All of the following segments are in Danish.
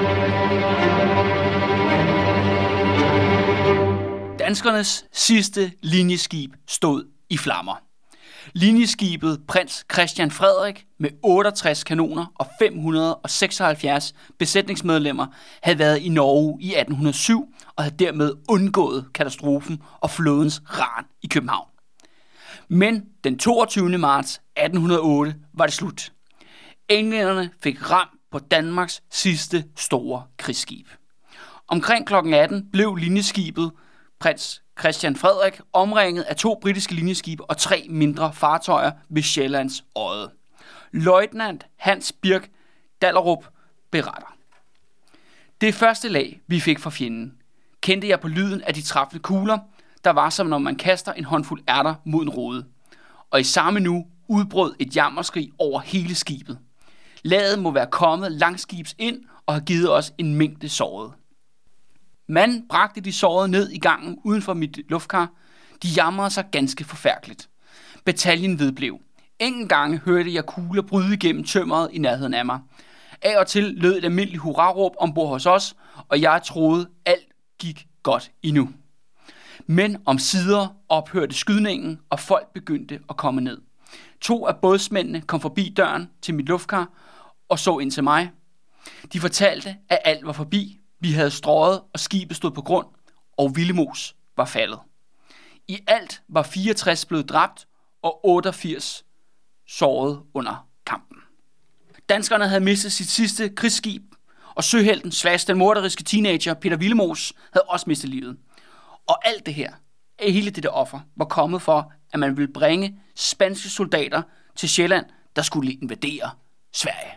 Danskernes sidste linjeskib stod i flammer. Linjeskibet Prins Christian Frederik med 68 kanoner og 576 besætningsmedlemmer havde været i Norge i 1807 og havde dermed undgået katastrofen og flådens ran i København. Men den 22. marts 1808 var det slut. Englænderne fik ram på Danmarks sidste store krigsskib. Omkring kl. 18 blev linjeskibet Prins Christian Frederik omringet af 2 britiske linjeskibe og 3 mindre fartøjer ved Sjællands Odde. Løjtnant Hans Birk Dallerup beretter: Det første lag, vi fik fra fjenden, kendte jeg på lyden af de træffende kugler, der var som når man kaster en håndfuld ærter mod en rode. Og i samme nu udbrød et jammerskrig over hele skibet. Laget må være kommet langskibs ind og have givet os en mængde sårede. Man bragte de sårede ned i gangen uden for mit luftkar. De jamrede sig ganske forfærdeligt. Bataljen vedblev. Ingen gange hørte jeg kugler bryde igennem tømmeret i nærheden af mig. Af og til lød et almindeligt hurraråb ombord hos os, og jeg troede, alt gik godt endnu. Men omsider ophørte skydningen, og folk begyndte at komme ned. 2 af bådsmændene kom forbi døren til mit luftkar og så ind til mig. De fortalte, at alt var forbi. Vi havde strøget, og skibet stod på grund, og Willemoes var faldet. I alt var 64 blevet dræbt, og 88 såret under kampen. Danskerne havde mistet sit sidste krigsskib, og søhelten slash den morderiske teenager Peter Willemoes havde også mistet livet. Og alt det her, hele dette offer, var kommet for, at man ville bringe spanske soldater til Sjælland, der skulle invadere Sverige.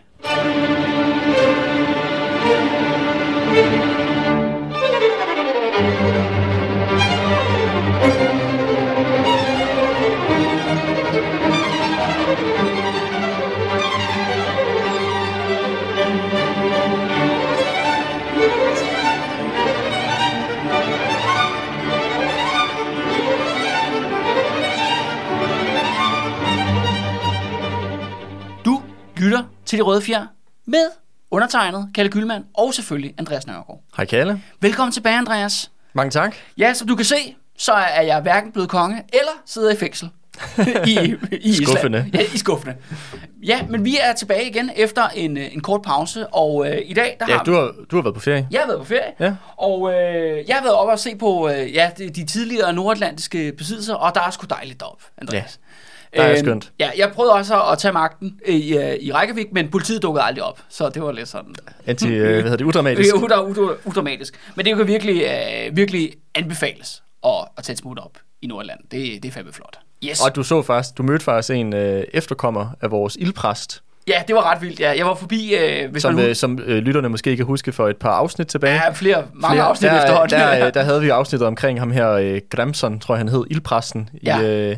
Du lytter til De Røde Fjer med undertegnet Kalle Kühlmann og selvfølgelig Andreas Nørgaard. Hej Kalle. Velkommen tilbage, Andreas. Mange tak. Ja, som du kan se, så er jeg hverken blevet konge eller sidder i fængsel i skuffende. Ja, i skuffende. Ja, men vi er tilbage igen efter en kort pause, og i dag der har du har været på ferie. Jeg har været på ferie, ja. Og jeg har været oppe og se på de tidligere nordatlantiske besiddelser, og der er sgu dejligt deroppe, Andreas. Ja. Det er skønt. Ja, jeg prøvede også at tage magten i Reykjavik, men politiet dukkede aldrig op, så det var lidt sådan... Udramatisk. Udramatisk. Men det kan virkelig anbefales at tage et smut op i Nordland. Det er fandme flot. Yes. Og du mødte faktisk en efterkommer af vores ildpræst. Ja, det var ret vildt, ja. Jeg var forbi... Som lytterne måske ikke kan huske for et par afsnit tilbage. Ja, mange afsnit efterhånden. Der havde vi afsnittet omkring ham her, Grimson, tror jeg han hed, ildpræsten. Ja,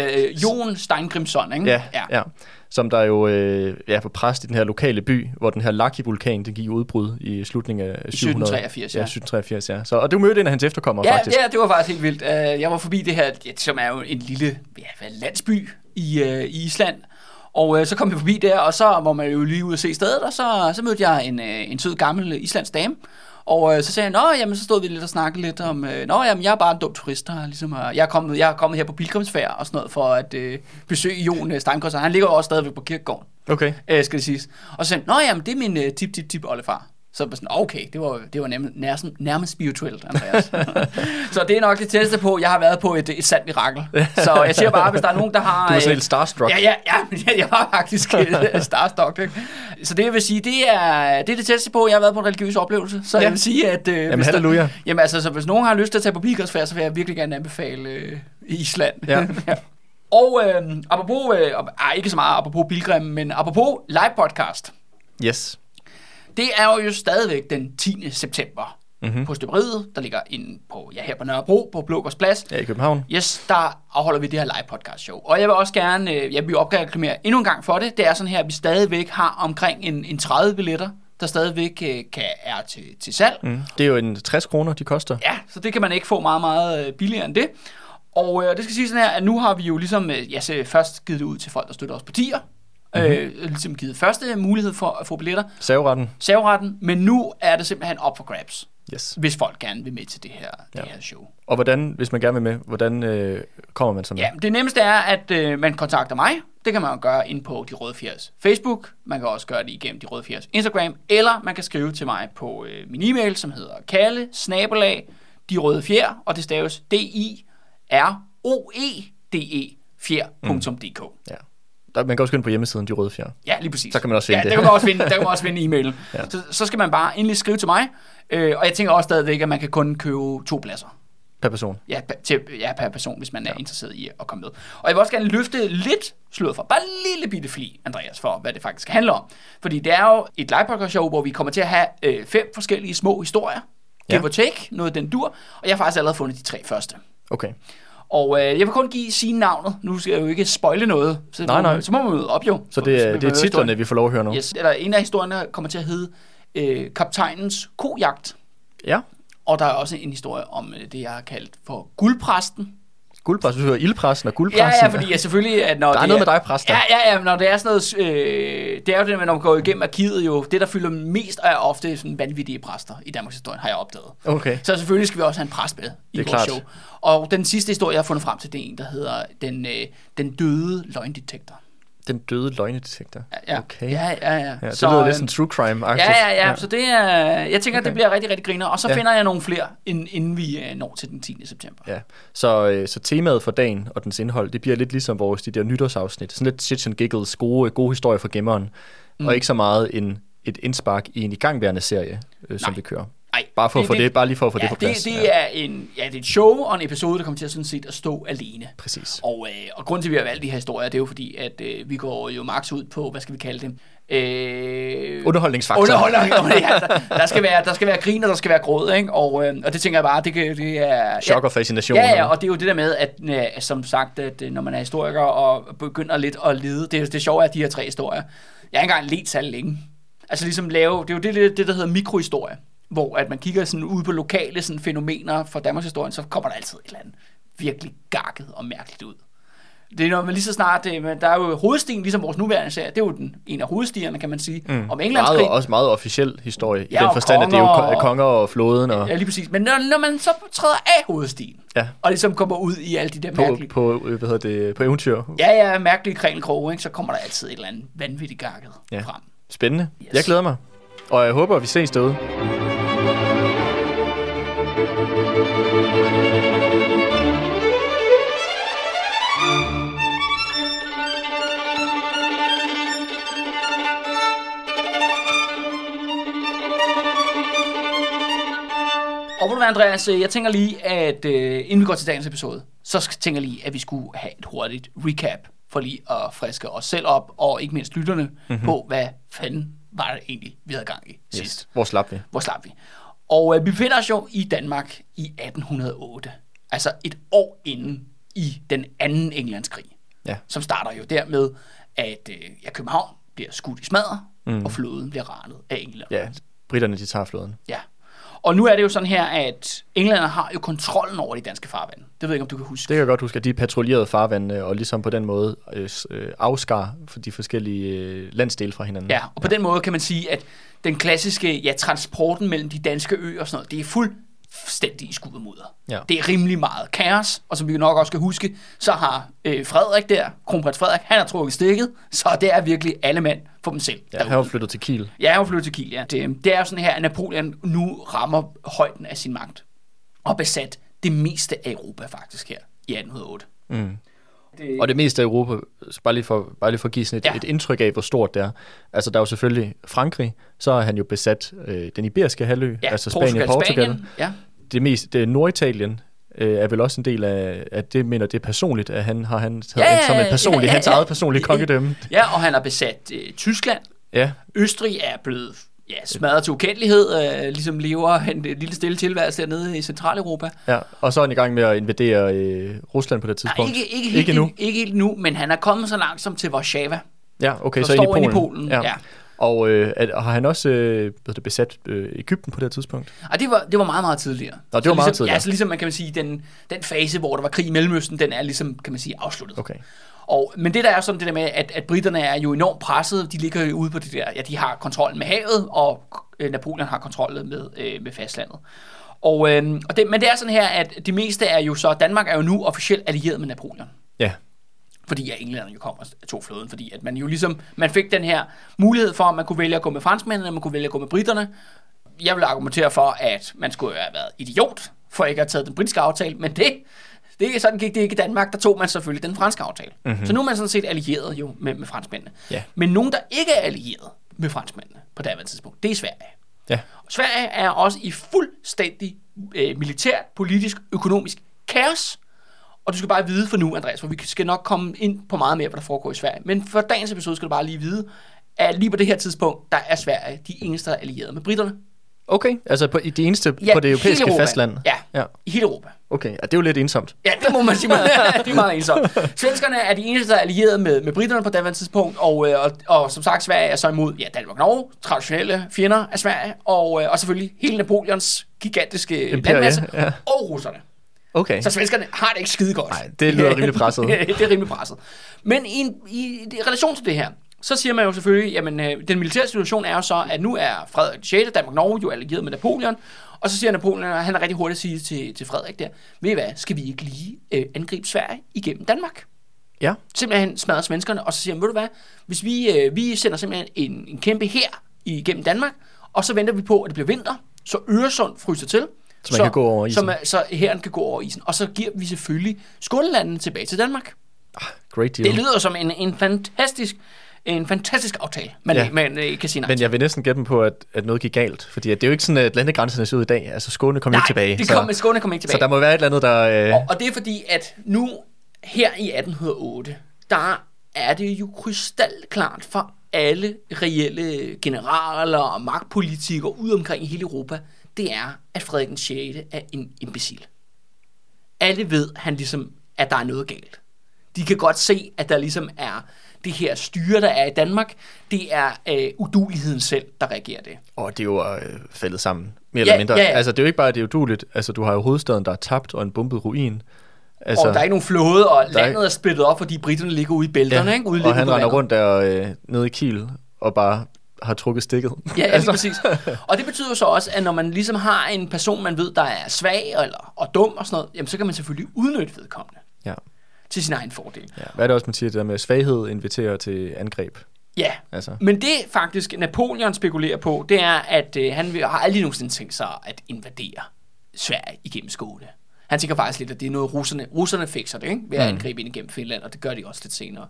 Jon Steingrimson, ikke? Ja. Som der jo var præst i den her lokale by, hvor den her Laki-vulkan, den gik i udbrud i slutningen af 1783. Ja, 1783, ja. Så, og du mødte en af hans efterkommere, faktisk. Ja, det var faktisk helt vildt. Jeg var forbi det her, som er jo en lille landsby i Island. Og så kom jeg forbi der, og så var man jo lige ude at se stedet, og så mødte jeg en sød gammel islandsk dame. Og så sagde jeg, så stod vi lidt og snakkede lidt om, jeg er bare en dum turist, der ligesom, jeg er kommet her på pilgrimsfærd og sådan noget, for at besøge Jon Steingrimson. Han ligger jo også stadigvæk på kirkegården, okay. Skal det siges. Og så sagde det er min tip oldefar. Så var sådan, okay, det var nærmest spirituelt, Andreas. Så det er nok det tætteste på, jeg har været på et sandt mirakel. Så jeg siger bare, hvis der er nogen, der har... Du var sådan helt starstruck. Ja, jeg var faktisk starstruck. Ikke? Så det vil sige, det er det tætteste på, jeg har været på en religiøs oplevelse. Så jeg vil sige, at... Jamen, halleluja. Så hvis nogen har lyst til at tage på pilgrimsfærd, så vil jeg virkelig gerne anbefale Island. Ja. Ja. Og apropos, ikke så meget apropos pilgrim, men apropos live podcast. Yes. Det er jo stadigvæk den 10. september på Støberiet, der ligger her på Nørrebro, på Blågårds Plads. Ja, i København. Yes, der afholder vi det her live podcast show. Og jeg vil også gerne, jeg vil opreklamere endnu en gang for det. Det er sådan her, at vi stadigvæk har omkring en 30 billetter, der stadigvæk er til salg. Det er jo en 60 kroner, de koster. Ja, så det kan man ikke få meget, meget billigere end det. Og det skal sige sådan her, at nu har vi jo ligesom først givet det ud til folk, der støtter os på tier. Ligesom givet første mulighed for at få billetter. Serveretten. Men nu er det simpelthen op for grabs. Yes. Hvis folk gerne vil med til det her show. Og hvordan, hvis man gerne vil med, hvordan kommer man så med? Ja, det nemmeste er, at man kontakter mig. Det kan man gøre ind på De Røde Fjers Facebook. Man kan også gøre det igennem De Røde Fjers Instagram. Eller man kan skrive til mig på min e-mail, som hedder kalle@derødefjer, og det staves DIROEDE fjer.dk. Ja. Man kan også gå ind på hjemmesiden De Røde Fjer. Ja, lige præcis. Så kan man også finde det. Der kan man også finde e-mailen. Ja. Så skal man bare endelig skrive til mig. Og jeg tænker også stadigvæk, at man kan kun købe 2 pladser. Per person? Per person, hvis man er interesseret i at komme med. Og jeg vil også gerne løfte lidt sløret for, bare en lille bitte fli, Andreas, for hvad det faktisk handler om. Fordi det er jo et live podcast show, hvor vi kommer til at have 5 forskellige små historier. Give or take, noget den dur. Og jeg har faktisk allerede fundet de 3 første. Okay. Og jeg vil kun sige navnet. Nu skal jeg jo ikke spoile noget. Så må man møde op jo. Så det er titlerne, vi får lov at høre nu? Yes. Eller en af historierne kommer til at hedde Kaptajnens kojagt. Ja. Og der er også en historie om det, jeg har kaldt for guldpræsten. Guldpræsten? Du hører ildpræsten og guldpræsten? Ja, fordi selvfølgelig... At når der er noget med dig, præster. Ja, når det er sådan noget... det er jo det, når man går igennem arkivet jo. Det, der fylder mest, er ofte sådan vanvittige præster i Danmarks historie, har jeg opdaget. Okay. Så selvfølgelig skal vi også have en præst med i vores show. Og den sidste historie, jeg har fundet frem til, det er en, der hedder Den døde løgndetektor. Den døde løgnedetektor. Ja. Okay. Ja. Det lyder lidt sådan true crime-agtigt. Ja. Så det er... Jeg tænker, at det bliver rigtig, rigtig griner. Og så finder jeg nogle flere, inden vi når til den 10. september. Ja. Så temaet for dagen og dens indhold, det bliver lidt ligesom de der nytårsafsnit. Sådan lidt shits and giggles, gode historier fra gemmeren. Og ikke så meget et indspark i en igangværende serie, som vi kører. Nej, bare lige for at få det på plads. Det er et show og en episode, der kommer til at sådan set at stå alene. Præcis. Og grunden til, at vi har valgt de her historier, det er jo fordi, at vi går jo max ud på, hvad skal vi kalde det? Underholdningsfaktor. Der skal være grin, og der skal være gråd, ikke? Og det tænker jeg bare, det er... Chok og fascination. Ja, og det er jo det der med, at som sagt, at når man er historiker og begynder lidt at lede, det sjove er, at de her 3 historier, jeg har ikke engang ledt særlig længe. Altså ligesom det er jo det, der hedder mikrohistorie. Hvor at man kigger sådan ud på lokale sådan fænomener fra Danmarks historien, så kommer der altid et eller andet virkelig gakket og mærkeligt ud. Det er når man lige så snart, der er jo hovedstien, ligesom vores nuværende serie, det er jo en af hovedstierne, kan man sige, om Englandskrig. Også meget officiel historie, i den forstand, at det er jo konger og floden. Og... Ja, lige præcis. Men når man så træder af hovedstien, og ligesom kommer ud i alle de der mærkelige... På eventyr. Ja, mærkelige kringelkroge, ikke? Så kommer der altid et eller andet vanvittigt gakket frem. Spændende. Yes. Jeg glæder mig. Og jeg håber, vi ses derude. Og ved du hvad, Andreas, jeg tænker lige, at inden vi går til dagens episode, så tænker jeg lige, at vi skulle have et hurtigt recap, for lige at friske os selv op, og ikke mindst lytterne, på hvad fanden var det egentlig, vi havde gang i sidst. Hvor slap vi? Og vi befinder os jo i Danmark i 1808, altså et år inden i den anden Englandskrig, som starter jo dermed, at København bliver skudt i smadder, og floden bliver ranet af England. Ja, britterne de tager floden. Ja. Og nu er det jo sådan her, at englænderne har jo kontrollen over de danske farvande. Det ved jeg ikke, om du kan huske. Det kan jeg godt huske, at de patruljerede farvandene, og ligesom på den måde afskar de forskellige landsdele fra hinanden. Ja, og på den måde kan man sige, at den klassiske transporten mellem de danske øer og sådan noget, det er fuldstændig i skud og mudder. Ja. Det er rimelig meget kaos, og som vi nok også skal huske, så har Frederik der, kronprins Frederik, han har trukket stikket, så det er virkelig alle mand for dem selv. Ja, han har flyttet til Kiel. Ja, han har flyttet til Kiel, ja. Det er jo sådan her, at Napoleon nu rammer højden af sin magt, og besat det meste af Europa faktisk her i 1808. Og det meste af Europa, bare lige for at give sådan et indtryk af, hvor stort det er. Altså, der er jo selvfølgelig Frankrig, så har han jo besat den iberiske halvø, altså Spanien, Portugal. Ja. Det Norditalien er vel også en del af det, mener det er personligt, at han har som en personlig, hans eget personlige kongedømme. Ja, og han har besat Tyskland. Ja. Østrig er blevet smadret til ukendelighed, ligesom lever en lille stille tilværelse dernede i Centraleuropa. Ja, og så er han i gang med at invadere Rusland på det tidspunkt. Ikke helt nu, men han er kommet så langsomt til Warszawa. Ja, okay, så ind i Polen. Ja. Og har han også besat Egypten på det her tidspunkt? Og det var meget, meget tidligere. Nå, det var meget tidligere. Ja, så ligesom man kan sige, den fase, hvor der var krig i Mellemøsten, den er ligesom, kan man sige, afsluttet. Okay. Men det der er sådan det der med, at britterne er jo enormt presset. De ligger jo ude på det der, ja, de har kontrollen med havet, og Napoleon har kontrollen med fastlandet. Men det er sådan her, at det meste er jo så, Danmark er jo nu officielt allieret med Napoleon. Ja. Fordi englænderne jo kom og tog flåden, fordi at man jo ligesom, man fik den her mulighed for, at man kunne vælge at gå med franskmændene, og man kunne vælge at gå med britterne. Jeg vil argumentere for, at man skulle have været idiot, for ikke at have taget den britiske aftale, men sådan gik det ikke i Danmark, der tog man selvfølgelig den franske aftale. Mm-hmm. Så nu er man sådan set allieret jo med franskmændene. Yeah. Men nogen, der ikke er allieret med franskmændene på daværende tidspunkt, det er Sverige. Yeah. Sverige er også i fuldstændig militært, politisk, økonomisk kaos. Og du skal bare vide for nu, Andreas, for vi skal nok komme ind på meget mere, hvad der foregår i Sverige. Men for dagens episode skal du bare lige vide, at lige på det her tidspunkt, der er Sverige de eneste, der er allierede med britterne. Okay, altså de eneste på det europæiske fastland? Ja, i hele Europa. Okay, og det er jo lidt ensomt. Ja, det må man sige. Det er meget ensomt. Svenskerne er de eneste, der er allierede med britterne på daværende tidspunkt, og som sagt, Sverige er så imod Danmark og Norge, traditionelle fjender af Sverige, og selvfølgelig hele Napoleons gigantiske landmasse, og russerne. Okay. Så svenskerne har det ikke skide godt. Nej, det lyder rimelig presset. Det er rimelig presset. Men i relation til det her, så siger man jo selvfølgelig, jamen den militære situation er jo så, at nu er Frederik 6. Danmark-Norge jo allieret med Napoleon, og så siger Napoleon, og han er rigtig hurtigt at sige til Frederik der, ved I hvad, skal vi ikke lige angribe Sverige igennem Danmark? Ja. Simpelthen smadrer svenskerne, og så siger han, ved du hvad, hvis vi sender simpelthen en kæmpe hær igennem Danmark, og så venter vi på, at det bliver vinter, så Øresund fryser til, så man kan gå over isen. Så hæren kan gå over isen. Og så giver vi selvfølgelig Skånelandene tilbage til Danmark. Great deal. Det lyder som en fantastisk aftale, man kan sige nej. Men jeg vil næsten gætte på, at noget gik galt. Fordi det er jo ikke sådan, at landegrænserne ser ud i dag. Altså Skåne kom ikke tilbage. Skåne kom ikke tilbage. Så der må være et eller andet, der... Og det er fordi, at nu her i 1808, der er det jo krystalklart for alle reelle generaler og magtpolitikere ude omkring i hele Europa, det er, at Frederik den 6. er en imbecil. Alle ved, at der er noget galt. De kan godt se, at der ligesom er det her styre, der er i Danmark. Det er uduligheden selv, der reagerer det. Og det er jo faldet sammen, mere eller mindre. Ja. Altså, det er jo ikke bare, at det er uduligt. Altså, du har jo hovedstaden, der er tabt, og en bombet ruin. Altså, og der er ikke nogen flåde, og landet er splittet op, fordi britterne ligger ude i bælterne. Ikke? Og han render rundt der nede i Kiel, og bare har trukket stikket. Ja, lige præcis. Og det betyder jo så også, at når man ligesom har en person, man ved, der er svag og dum og sådan noget, jamen så kan man selvfølgelig udnytte vedkommende til sin egen fordel. Ja. Hvad er det også, man siger, det der med svaghed inviterer til angreb? Ja, men det faktisk Napoleon spekulerer på, det er, at han har aldrig nogensinde tænkt sig at invadere Sverige igennem Skåne. Han tænker faktisk lidt, at det er noget russerne fikser det, ikke? Ved at angribe ind igennem Finland, og det gør de også lidt senere.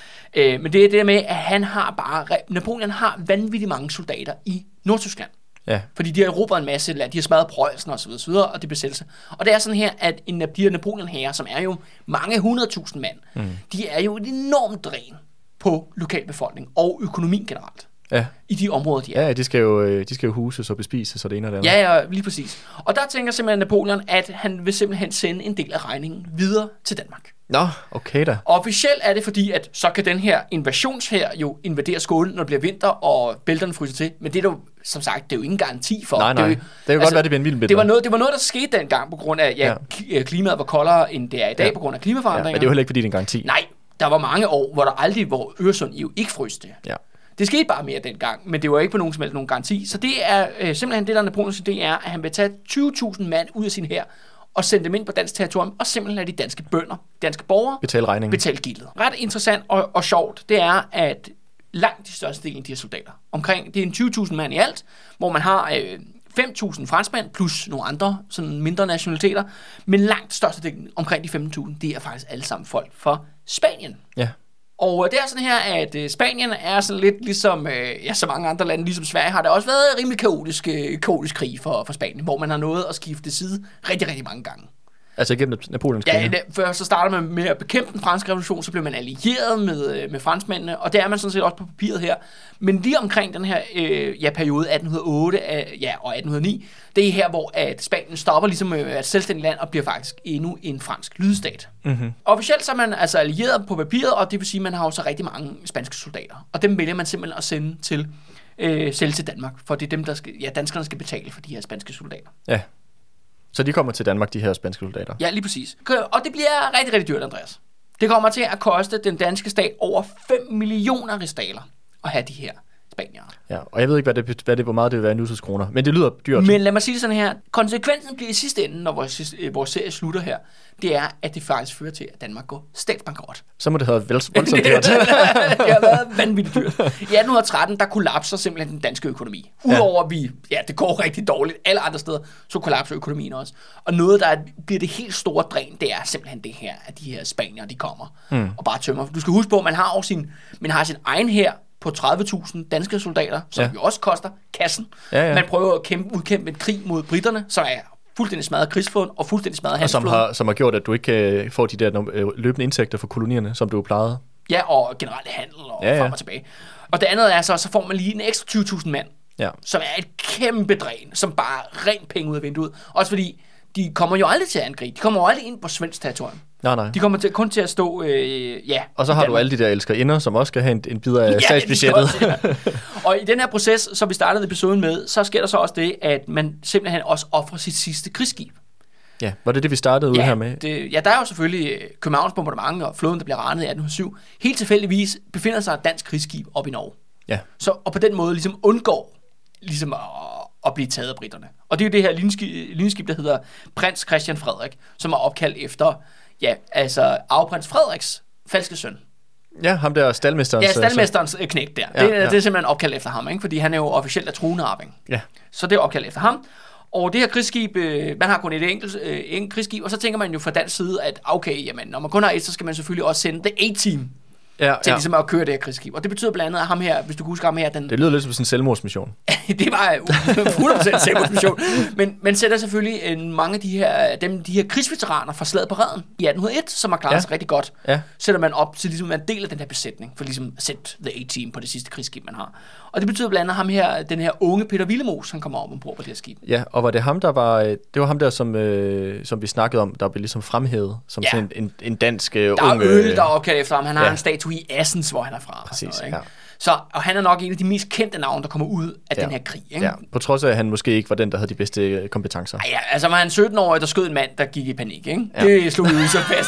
Men det er det med, at Napoleon har vanvittigt mange soldater i Nordtyskland. Ja. Fordi de har erobret en masse land, de har smadret Preussen og så videre, og det besættelse. Og det er sådan her, at de her Napoleon-hære, som er jo mange 100.000 mand, de er jo et enormt dræn på lokalbefolkningen og økonomien generelt. Ja. I de områder, de er. Ja, de skal jo huses og bespises, og det ene og det andet. Ja, lige præcis. Og der tænker simpelthen Napoleon, at han vil simpelthen sende en del af regningen videre til Danmark. Nå, okay da. Og officielt er det fordi, at så kan den her invasionshær jo invadere Skåne, når det bliver vinter, og bælterne fryser til. Men det er jo, som sagt, det er jo ingen garanti for. Nej. Det kan godt være, det bliver en vild vinter. Det var noget, der skete dengang på grund af, klimaet var koldere, end det er i dag på grund af klimaforandringer. Men det er jo heller ikke, fordi det er en garanti. Nej, der var mange år, hvor Øresund jo ikke fryste. Ja. Det skete bare mere dengang, men det var ikke på nogen som helst nogen garanti. Så det er simpelthen det, der Napoleons idé er, at han vil tage 20.000 mand ud af sin hær, og sende dem ind på dansk territorium, og simpelthen lade de danske bønder, danske borgere, betale gildet. Ret interessant og sjovt, det er, at langt de største del af de her soldater, det er en 20.000 mand i alt, hvor man har 5.000 franskmænd, plus nogle andre sådan mindre nationaliteter, men langt største del, omkring de 15.000, det er faktisk alle sammen folk fra Spanien. Ja. Og det er sådan her, at Spanien er sådan lidt ligesom, så mange andre lande, ligesom Sverige, har det også været rimelig kaotisk krig for Spanien, hvor man har nået at skifte side rigtig, rigtig mange gange. Altså gennem Napoleons krig? Ja, før så starter man med at bekæmpe den franske revolution, så bliver man allieret med franskmændene, og det er man sådan set også på papiret her. Men lige omkring den her periode 1808 og 1809, det er her, hvor at Spanien stopper ligesom et selvstændigt land og bliver faktisk endnu en fransk lydstat. Mm-hmm. Officielt så er man altså allieret på papiret, og det vil sige, at man har jo så rigtig mange spanske soldater, og dem vælger man simpelthen at sende til sælge til Danmark, for det er dem, danskerne skal betale for de her spanske soldater. Ja. Så de kommer til Danmark, de her spanske soldater? Ja, lige præcis. Og det bliver rigtig, rigtig dyrt, Andreas. Det kommer til at koste den danske stat over 5 millioner rigsdaler at have de her spaniere. Ja, og jeg ved ikke, hvor meget det vil være i nutidskroner, men det lyder dyrt. Men lad mig sige det sådan her. Konsekvensen bliver i sidste ende, når vores serie slutter her, det er, at det faktisk fører til, at Danmark går statsbankrot. Så må det have voldsomt dyrt. Det har været vanvittigt dyrt. I 1813, der kollapser simpelthen den danske økonomi. Udover at det går rigtig dårligt alle andre steder, så kollapser økonomien også. Og noget, der bliver det helt store dræn, det er simpelthen det her, at de her spaniere, de kommer og bare tømmer. Du skal huske på, at man har sin egen hær på 30.000 danske soldater, som jo også koster kassen. Ja. Man prøver at udkæmpe en krig mod britterne, som er fuldstændig smadret krigsflåden og fuldstændig smadret handelsflåden. Og som har gjort, at du ikke får de der løbende indtægter fra kolonierne, som du plejede. Ja, og generelt handel og frem og tilbage. Og det andet er så får man lige en ekstra 20.000 mand, som er et kæmpe dræn, som bare rent penge ud af vinduet. Også fordi, de kommer jo aldrig til at angribe. De kommer jo aldrig ind på svensk territorium. Nej. De kommer kun til at stå, Og så har du alle de der elskerinder, som også skal have en bid af statsbudgettet. Og i den her proces, som vi startede episoden med, så sker der så også det, at man simpelthen også offrer sit sidste krigsskib. Ja, var det vi startede ud her med? Der er jo selvfølgelig Københavns bombardement og flåden, der bliver ranet i 1807. Helt tilfældigvis befinder sig et dansk krigsskib op i Norge. Ja. Og på den måde ligesom undgår at blive taget af britterne. Og det er jo det her linjeskib, der hedder Prins Christian Frederik, som er opkaldt efter arveprins Frederiks falske søn. Ja, ham der staldmesterens... Ja, staldmesterens knægt der. Det er simpelthen opkaldt efter ham, ikke? Fordi han er jo officielt af tronarving. Ja. Så det er opkaldt efter ham. Og det her krigsskib, man har kun et enkelt krigsskib, og så tænker man jo fra dansk side, at okay, jamen, når man kun har et, så skal man selvfølgelig også sende The A-Team til ligesom at køre det her krigsskib. Og det betyder blandt andet, at ham her, hvis du kan huske ham her... Det lyder lidt som sådan en selvmordsmission. Det var 100% selvmordsmission. Men man sætter selvfølgelig mange af de her krigsveteraner fra slaget på Reden i 1801, som har klaret sig rigtig godt. Ja. Sætter man op til ligesom en del af den her besætning, for ligesom at sætte The A-Team på det sidste krigsskib, man har. Og det betyder blandt andet den her unge Peter Willemoes, han kommer op ombord på det her skib. Ja, og var det ham, der var... Det var ham der, som vi snakkede om, der blev ligesom fremhævet som sådan en dansk unge... Der er øl, der er opkaldt efter ham. Han har en statue i Assens, hvor han er fra. Præcis, og han er nok en af de mest kendte navne, der kommer ud af den her krig. Ikke? Ja, på trods af, at han måske ikke var den, der havde de bedste kompetencer. Ja, altså var han 17-årig, der skød en mand, der gik i panik. Ikke? Ja. Det slog ud så fast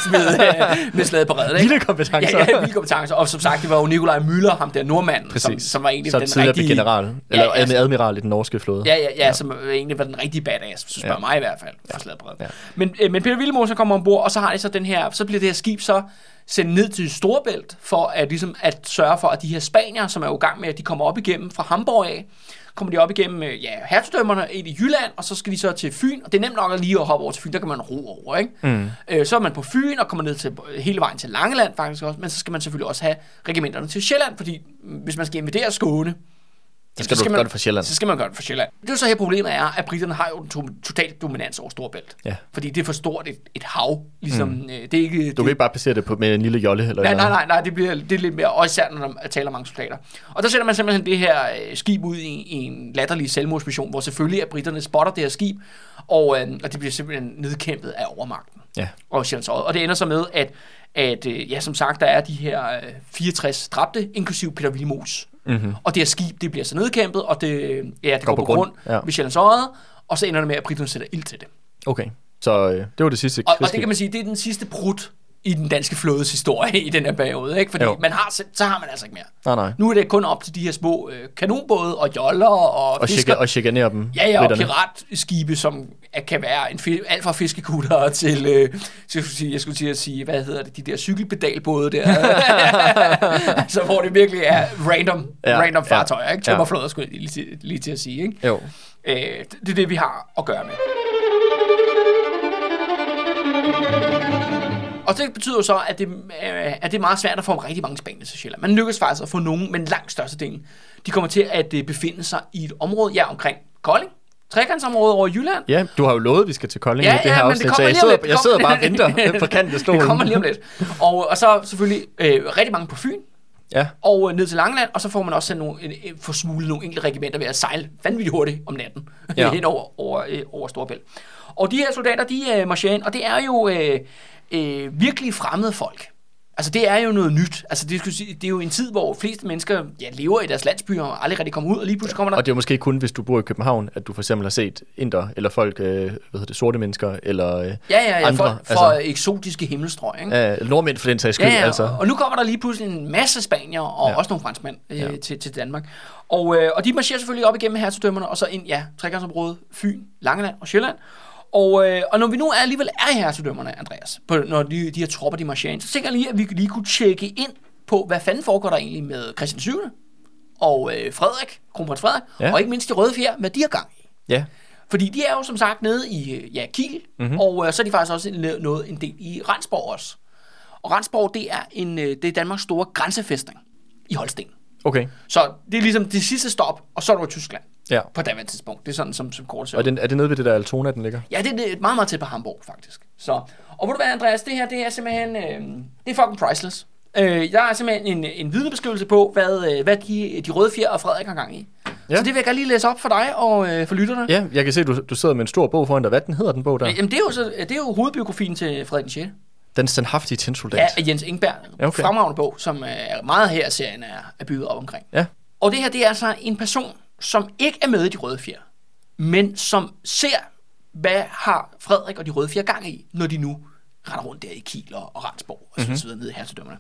med slaget på Reden. Vilde kompetencer. Ja, vilde kompetencer. Og som sagt, det var jo Nikolaj Müller, ham der nordmanden, som var egentlig den rigtige... general, eller admiral i den norske flåde. Ja, som egentlig var den rigtige badass, så spørger mig i hvert fald, for slaget på Reden. Ja. Men Peter Willemoes kommer ombord, og så har de så den her, så bliver det her skib så sendt ned til Storebælt, for at sørge for, at de her spanier, som er jo i gang med, at de kommer op igennem fra Hamburg af, kommer de op igennem hertugdømmerne ind i Jylland, og så skal de så til Fyn, og det er nemt nok at lige at hoppe over til Fyn, der kan man ro over, ikke? Så er man på Fyn og kommer ned til hele vejen til Langeland faktisk også, men så skal man selvfølgelig også have regimenterne til Sjælland, fordi hvis man skal invadere Skåne, så skal man gøre det for Sjælland. Så skal man gøre det for Sjælland. Det er jo så her problemet er, at briterne har jo en total dominans over Storebælt. Ja. Fordi det er for stort et hav. Ligesom, det er ikke, du kan ikke bare placere det med en lille jolle? Eller nej, det er lidt mere, og især når man taler mange soldater. Og der sætter man simpelthen det her skib ud i en latterlig selvmordsmission, hvor selvfølgelig at briterne spotter det her skib, og det bliver simpelthen nedkæmpet af overmagten. Ja. Og det ender så med, at som sagt, der er de her 64 dræbte, inklusive Peter Willemoes. Mm-hmm. Og det her skib, det bliver så nedkæmpet, og det går på grund ved Sjællands Odde, og så ender det med, at briterne sætter ild til det. Okay, så det var det sidste krigsskib. Og det kan man sige, det er den sidste prut i den danske flådes historie i den her periode, ikke? Fordi så har man altså ikke mere. Nej. Nu er det kun op til de her små kanonbåde og joller og chikanere dem. Ja, og piratskibe, som kan være alt fra fiskekutter til jeg skulle sige, hvad hedder det, de der cykelpedalbåde der. Altså, hvor det virkelig er random fartøjer, ikke? Tømmerflåder, skulle jeg lige til at sige, ikke? Jo. Det er det, vi har at gøre med. Og det betyder jo så, at det er meget svært at få rigtig mange spaniere til Sjælland. Man lykkes faktisk at få nogen, men langt størstedelen, de kommer til at befinde sig i et område, omkring Kolding, trekantsområdet over Jylland. Ja, du har jo lovet, at vi skal til Kolding i det her afsnit, så jeg sidder bare og venter på kanten af stolen. Det kommer lige om lidt. Og så selvfølgelig rigtig mange på Fyn. Ja. Og ned til Langeland, og så får man også få smuglet nogle enkelte regimenter ved at sejle vanvittigt hurtigt om natten hen over Storebælt. Og de her soldater, de marcherer ind, og det er jo virkelig fremmede folk. Altså, det er jo noget nyt. Altså, det er jo en tid, hvor fleste mennesker lever i deres landsbyer og aldrig rigtig kommer ud, og lige pludselig kommer der... Og det er jo måske kun, hvis du bor i København, at du for eksempel har set inder, eller folk, sorte mennesker, eller andre. For eksotiske himmelstrøg, ikke? Nordmænd for den sags skyld, altså. Og nu kommer der lige pludselig en masse spanier, og også nogle franskmænd til Danmark. Og de marcherer selvfølgelig op igennem hertugdømmerne, og så ind, trekantsområdet, Fyn, Langeland og Sjælland. Og når vi nu alligevel er i hertugdømmerne, Andreas, når de her tropper, de marcherer ind, så tænker jeg lige, at vi lige kunne tjekke ind på, hvad fanden foregår der egentlig med Christian 7. og Frederik, kronprins Frederik, og ikke mindst de røde fjer, hvad de har gang i. Ja. Fordi de er jo som sagt nede i Kiel, og så er de faktisk også nået en del i Rendsborg også. Og Rendsborg, det er Danmarks store grænsefæstning i Holsten. Okay. Så det er ligesom det sidste stop, og så er du i Tyskland. Ja. På daværende tidspunkt. Det er sådan, som kort ser. Og er det nede ved det der Altona, den ligger? Ja, det er meget, meget tæt på Hamburg, faktisk. Så, og ved du hvad, Andreas, det her, det er simpelthen, det er fucking priceless. Der er simpelthen en vidnebeskrivelse på, hvad de røde fjer og Frederik har gang i. Ja. Så det vil jeg gerne lige læse op for dig og for lytterne. Ja, jeg kan se, du sidder med en stor bog foran dig. Hvad hedder den bog der? Jamen, det er jo hovedbiografien til Frederik 6. Den standhaftige tinsoldat. Ja, af Jens Engberg. Okay. Fremragende bog, som er meget her serien er bygget op omkring. Ja. Og det her, det er altså en person, som ikke er med i de røde fjer, men som ser, hvad har Frederik og de røde fjer gang i, når de nu render rundt der i Kiel og Rendsborg og så videre nede i hertugdømmerne.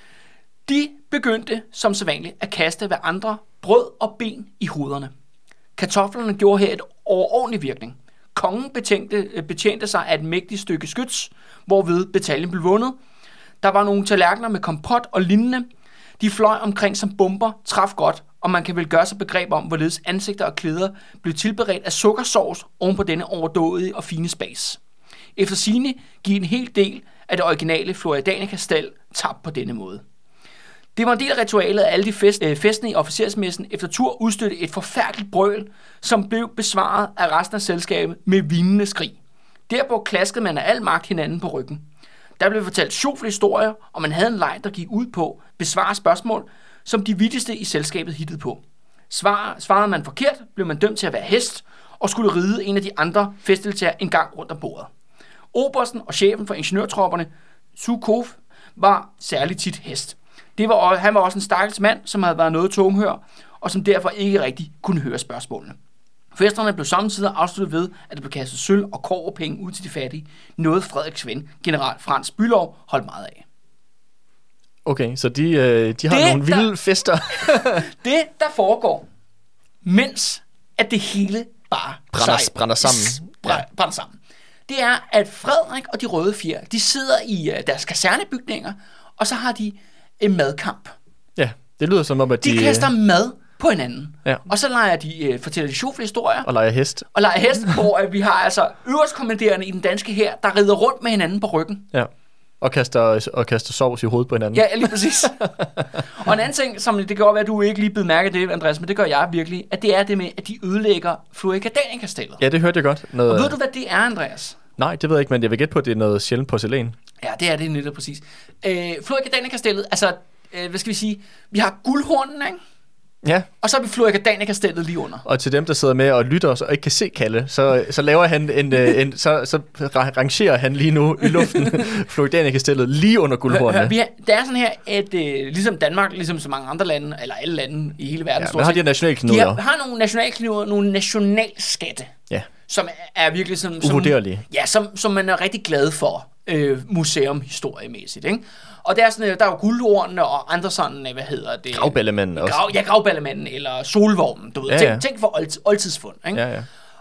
De begyndte som sædvanligt at kaste hver andre brød og ben i hovederne. Kartoflerne gjorde her et overordentlig virkning. Kongen betjente sig af et mægtigt stykke skyts, hvorved bataljen blev vundet. Der var nogle tallerkener med kompot og lignende. De fløj omkring som bomber, traf godt, og man kan vel gøre sig begreb om, hvorledes ansigter og klæder blev tilberedt af sukkersovs oven på denne overdådige og fine spas. Efter sigende gik en hel del af det originale Floridanica-stald tabt på denne måde. Det var en del af ritualet, at alle de festende i officersmessen efter tur udstødte et forfærdeligt brøl, som blev besvaret af resten af selskabet med vinende skrig. Derpå klaskede man af al magt hinanden på ryggen. Der blev fortalt sjovle historier, og man havde en leg, der gik ud på besvare spørgsmål, som de vittigste i selskabet hittede på. Svarede man forkert, blev man dømt til at være hest, og skulle ride en af de andre festdeltagere en gang rundt om bordet. Obersten og chefen for ingeniørtropperne, Zukov, var særligt tit hest. Han var også en stakkels mand, som havde været noget tunghør, og som derfor ikke rigtig kunne høre spørgsmålene. Festerne blev samtidig afsluttet ved, at der blev kastet sølv og kobberpenge ud til de fattige, noget Frederiks ven, general Frans Bülow, holdt meget af. Okay, så de har nogle vilde fester. Det, der foregår, mens at det hele bare brænder sammen. Brænder sammen. Det er, at Frederik og de røde fjer, de sidder i deres kasernebygninger, og så har de en madkamp. Ja, det lyder som om, at de kaster mad på hinanden. Ja. Og så fortæller de sjovle historier. Og leger hest. Hvor vi har altså øverstkommanderende i den danske hær, der rider rundt med hinanden på ryggen. Ja. Og kaster sovs i hovedet på hinanden. Ja, lige præcis. Og en anden ting, som det kan godt være, at du ikke lige blevet mærke det, Andreas, men det gør jeg virkelig, at det er det med, at de ødelægger Floridanica-stellet. Ja, det hørte jeg godt. Og ved du, hvad det er, Andreas? Nej, det ved jeg ikke, men jeg vil gætte på, at det er noget sjældent porcelæn. Ja, det er det netop præcis. Floridanica-stellet, altså, hvad skal vi sige, vi har guldhornen, ikke? Ja. Og så er vi Floridanica-stellet lige under. Og til dem, der sidder med og lytter og ikke kan se Kalle, så laver han så rangerer han lige nu i luften Floridanica-stellet lige under guldhornene. Det er sådan her, at ligesom Danmark, ligesom så mange andre lande, eller alle lande i hele verden, man har de her nationalknuder. De har nogle nationalknuder, nogle nationalskatte, som er virkelig sådan... uvurderlige. Ja, som man er rigtig glad for, museumhistoriemæssigt, ikke? Og der er sådan, der er jo guldhornene og andre sådan, hvad hedder det? Gravballemanden også. Gravballemanden eller solvognen, du ved. Ja. Tænk for oldtidsfund, ikke? Ja.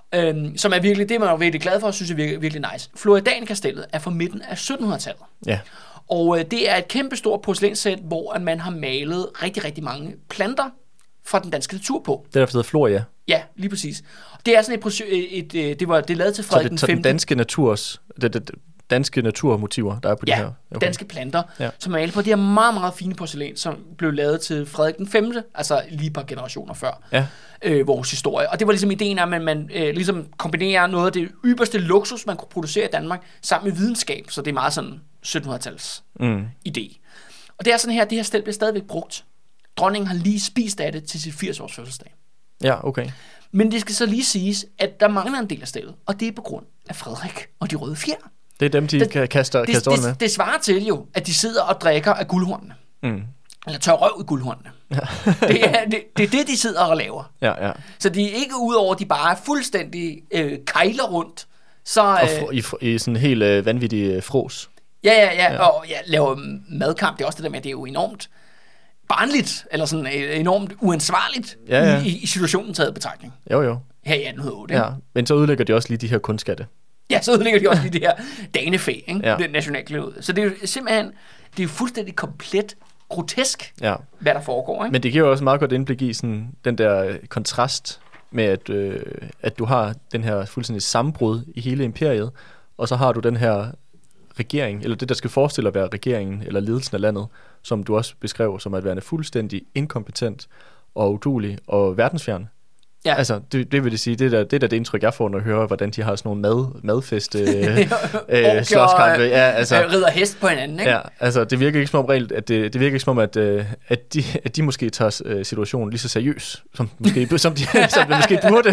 Som er virkelig, det man er virkelig glad for, synes jeg virkelig nice. Floridanica-stellet er fra midten af 1700-tallet. Ja. Og det er et kæmpestort porcelænssæt, hvor man har malet rigtig, rigtig mange planter fra den danske natur på. Det er derfor Floria. Ja, lige præcis. Det er sådan det er lavet til Frederik den 5. Så den danske naturs... danske naturmotiver, der er på de her. Okay. Danske planter, som er malet på de her meget, meget fine porcelæn, som blev lavet til Frederik den 5., altså lige et par generationer før vores historie. Og det var ligesom ideen om, at man ligesom kombinerer noget af det ypperste luksus, man kunne producere i Danmark, sammen med videnskab. Så det er meget sådan 1700-tals idé. Og det er sådan her, det her stel bliver stadigvæk brugt. Dronningen har lige spist af det til sit 80-års fødselsdag. Ja, okay. Men det skal så lige siges, at der mangler en del af stellet, og det er på grund af Frederik og de røde fjer. Det er dem, de kaster rundt med. Det svarer til jo, at de sidder og drikker af guldhornene. Eller tør røv i guldhornene. Ja. det er det, de sidder og laver. Ja. Så de er ikke udover, at de bare er fuldstændig kejler rundt. Så, i sådan en helt vanvittig fros. Ja, og laver madkamp. Det er også det der med, at det er jo enormt barnligt, eller sådan enormt uansvarligt i situationen taget betragtning. Jo. Her i 1808. Ja, men så udlægger de også lige de her kunstskatte. Ja, så udlægger de også lige det her danefæ, ikke? Ja. Det nationalklæde. Så det er jo simpelthen, det er fuldstændig komplet grotesk, hvad der foregår, ikke? Men det giver jo også meget godt indblik i sådan den der kontrast med, at du har den her fuldstændig sammenbrud i hele imperiet, og så har du den her regering, eller det, der skal forestille at være regeringen, eller ledelsen af landet, som du også beskrev som at være fuldstændig inkompetent og uduelig og verdensfjern. Ja. Altså, det vil det sige, det er det indtryk, jeg får, når jeg hører, hvordan de har sådan nogle madfeste slåskampe. Ja, altså, rider hest på hinanden, ikke? Ja, altså, det virker ikke som om det virker ikke som om, at de måske tager situationen lige så seriøs, som de måske burde.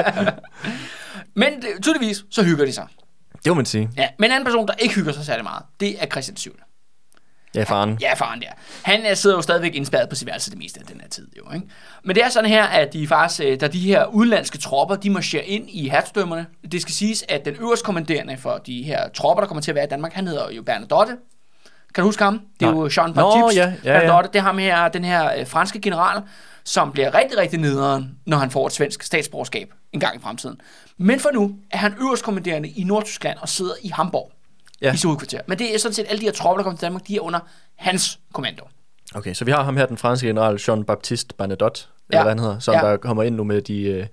Men tydeligvis, så hygger de sig. Det må man sige. Ja, men en anden person, der ikke hygger sig særlig meget, det er Christian 7. Ja, faren. Ja, faren der. Han sidder jo stadigvæk indspærret på sit værelse det meste af den her tid, jo, ikke? Men det er sådan her, at da de her udenlandske tropper, de marcherer ind i hertugdømmerne. Det skal siges, at den øverstkommanderende for de her tropper, der kommer til at være i Danmark, han hedder jo Bernadotte. Kan du huske ham? Det er jo Jean-Baptiste Bernadotte. Det er ham her, den her franske general, som bliver rigtig, rigtig nederen, når han får et svensk statsborgerskab en gang i fremtiden. Men for nu er han øverstkommanderende i Nordtyskland og sidder i Hamburg. Ja. I hovedkvarter. Men det er sådan set alle de her tropper, der kommer til Danmark, de er under hans kommando. Okay, så vi har ham her, den franske general Jean-Baptiste Bernadotte, eller hvad han hedder, som der kommer ind nu med de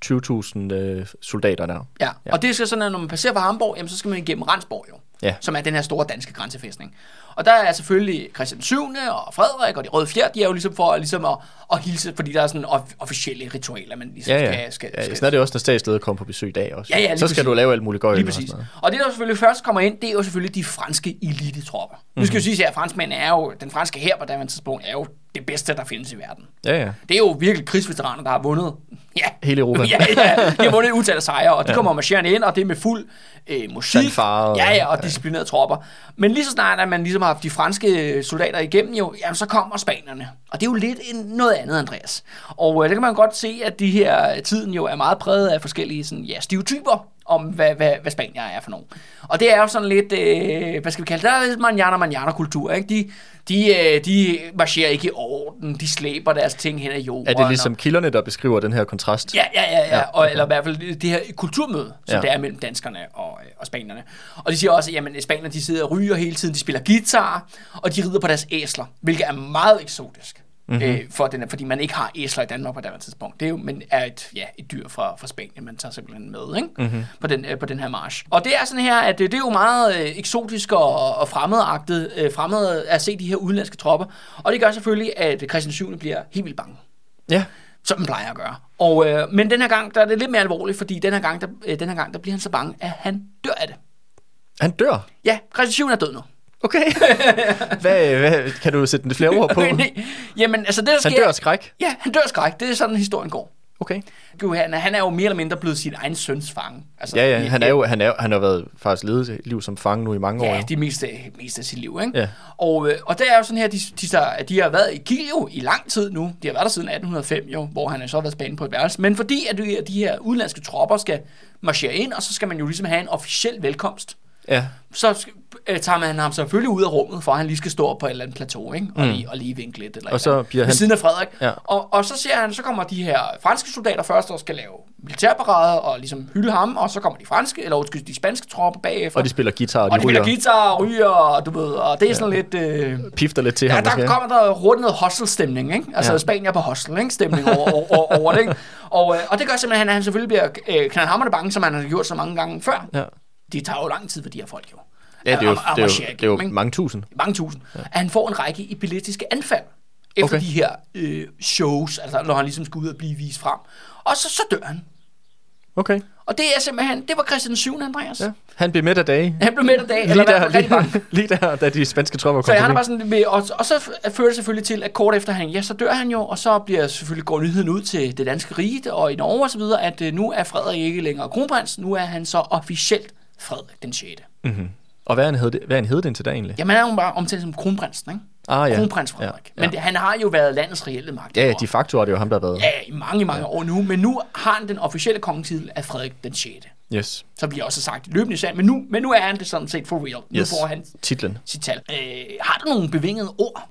20.000 soldater der. Ja, og det skal sådan, at når man passerer fra Hamburg, jamen, så skal man igennem Rendsborg jo, som er den her store danske grænsefæstning. Og der er selvfølgelig Christian 7. og Frederik og de Røde Fjer, de er jo ligesom for at hilse, fordi der er sådan officielle ritualer, man ligesom skal. Sådan er det også, når statsleder kommer på besøg i dag også. Ja, så skal du lave alt muligt gøjl. Lige præcis. Og det, der selvfølgelig først kommer ind, det er jo selvfølgelig de franske elitetropper. Nu skal jo sige, at franskmænd er jo, den franske hær på daværende tidspunkt, er jo det bedste, der findes i verden. Ja. Det er jo virkelig krigsveteraner, der har vundet hele Europa. De har vundet et utal af sejre, og de kommer marcherende ind, og det er med fuld musik. Og disciplinerede tropper. Men lige så snart, at man ligesom har haft de franske soldater igennem, jamen, så kommer spanierne. Og det er jo lidt noget andet, Andreas. Og det kan man godt se, at de her tiden jo er meget præget af forskellige sådan, stereotyper om, hvad spanier er for nogen. Og det er jo sådan lidt, hvad skal vi kalde det? Der er lidt manjana-kultur, ikke? De marcherer ikke i orden, de slæber deres ting hen ad jorden. Er det ligesom kilderne, der beskriver den her kontrast? Ja. Og, eller i hvert fald det her kulturmøde, som der er mellem danskerne og spanierne. Og de siger også, at jamen, spanierne de sidder og ryger hele tiden, de spiller guitar, og de rider på deres æsler, hvilket er meget eksotisk. Fordi man ikke har æsler i Danmark på det tidspunkt. Det er jo, men er et dyr fra Spanien, man tager simpelthen med, ikke? På den her march. Og det er sådan her, at det er jo meget eksotisk og fremmed at se de her udenlandske tropper. Og det gør selvfølgelig, at Christian 7. bliver helt vildt bange. Ja. Som man plejer at gøre. Og, men den her gang, der er det lidt mere alvorligt, fordi den her gang, der bliver han så bange, at han dør af det. Han dør? Ja, Christian 7. er død nu. Okay. hvad, kan du sætte lidt flere ord på? Jamen, altså det, der sker... Han dør af skræk? Ja, han dør af skræk. Det er sådan, historien går. Okay. Han er jo mere eller mindre blevet sin egen søns fange. Altså, han har været faktisk ledet et liv som fange nu i mange år. Ja, det meste af sit liv, ikke? Ja. Og det er jo sådan her, de har været i Kiel jo i lang tid nu. De har været der siden 1805 jo, hvor han så har været spændt på et værelse. Men fordi at de her udenlandske tropper skal marchere ind, og så skal man jo ligesom have en officiel velkomst. Ja. Så tager man ham selvfølgelig ud af rummet, for at han lige skal stå op på et eller andet plateau, ikke? Og lige vinke lidt. Eller og så bliver ved siden af Frederik. Ja. Og så ser han, så kommer de her franske soldater først, og skal lave militærparade og ligesom hylde ham, og så kommer de spanske tropper bagefter. Og de spiller guitar, og de ryger, og du ved, og det er sådan lidt... Pifter lidt til ham. Ja, der kommer der hurtigt noget hostel-stemning, ikke? Altså Spanier på hostel, ikke? Stemning over det, ikke? Og det gør simpelthen, at han selvfølgelig bliver knaldhamrende bange, som han har gjort så mange gange før. Ja. Det tager jo lang tid for de her folk jo. Ja, det er jo mange tusind. Mange tusind. Ja. At han får en række epileptiske anfald efter de her shows, altså når han ligesom skal ud og blive vist frem. Og så dør han. Okay. Og det er simpelthen, det var Christian 7. Andreas. Ja. Han blev med af dage. Lige der, da de spanske tropper kom. Så han er bare sådan, og så fører det selvfølgelig til, at kort efter så dør han jo, og så bliver selvfølgelig går nyheden ud til det danske rige og i Norge og så videre, at nu er Frederik ikke længere kronprins, nu er han så officielt Frederik den 6. Og hvad er han hed den til dag egentlig? Jamen, han er jo bare omtalt som kronprinsen, ikke? Ja. Kronprins Frederik. Ja. Men han har jo været landets reelle magt. Ja, de facto er det jo ham, der har været. Ja, i mange år nu. Men nu har han den officielle kongetitel af Frederik den 6. Yes. Som vi også har sagt løbende sand. Men nu er han det sådan set for real. Nu får han titlen. Sit tal. Har du nogle bevingede ord?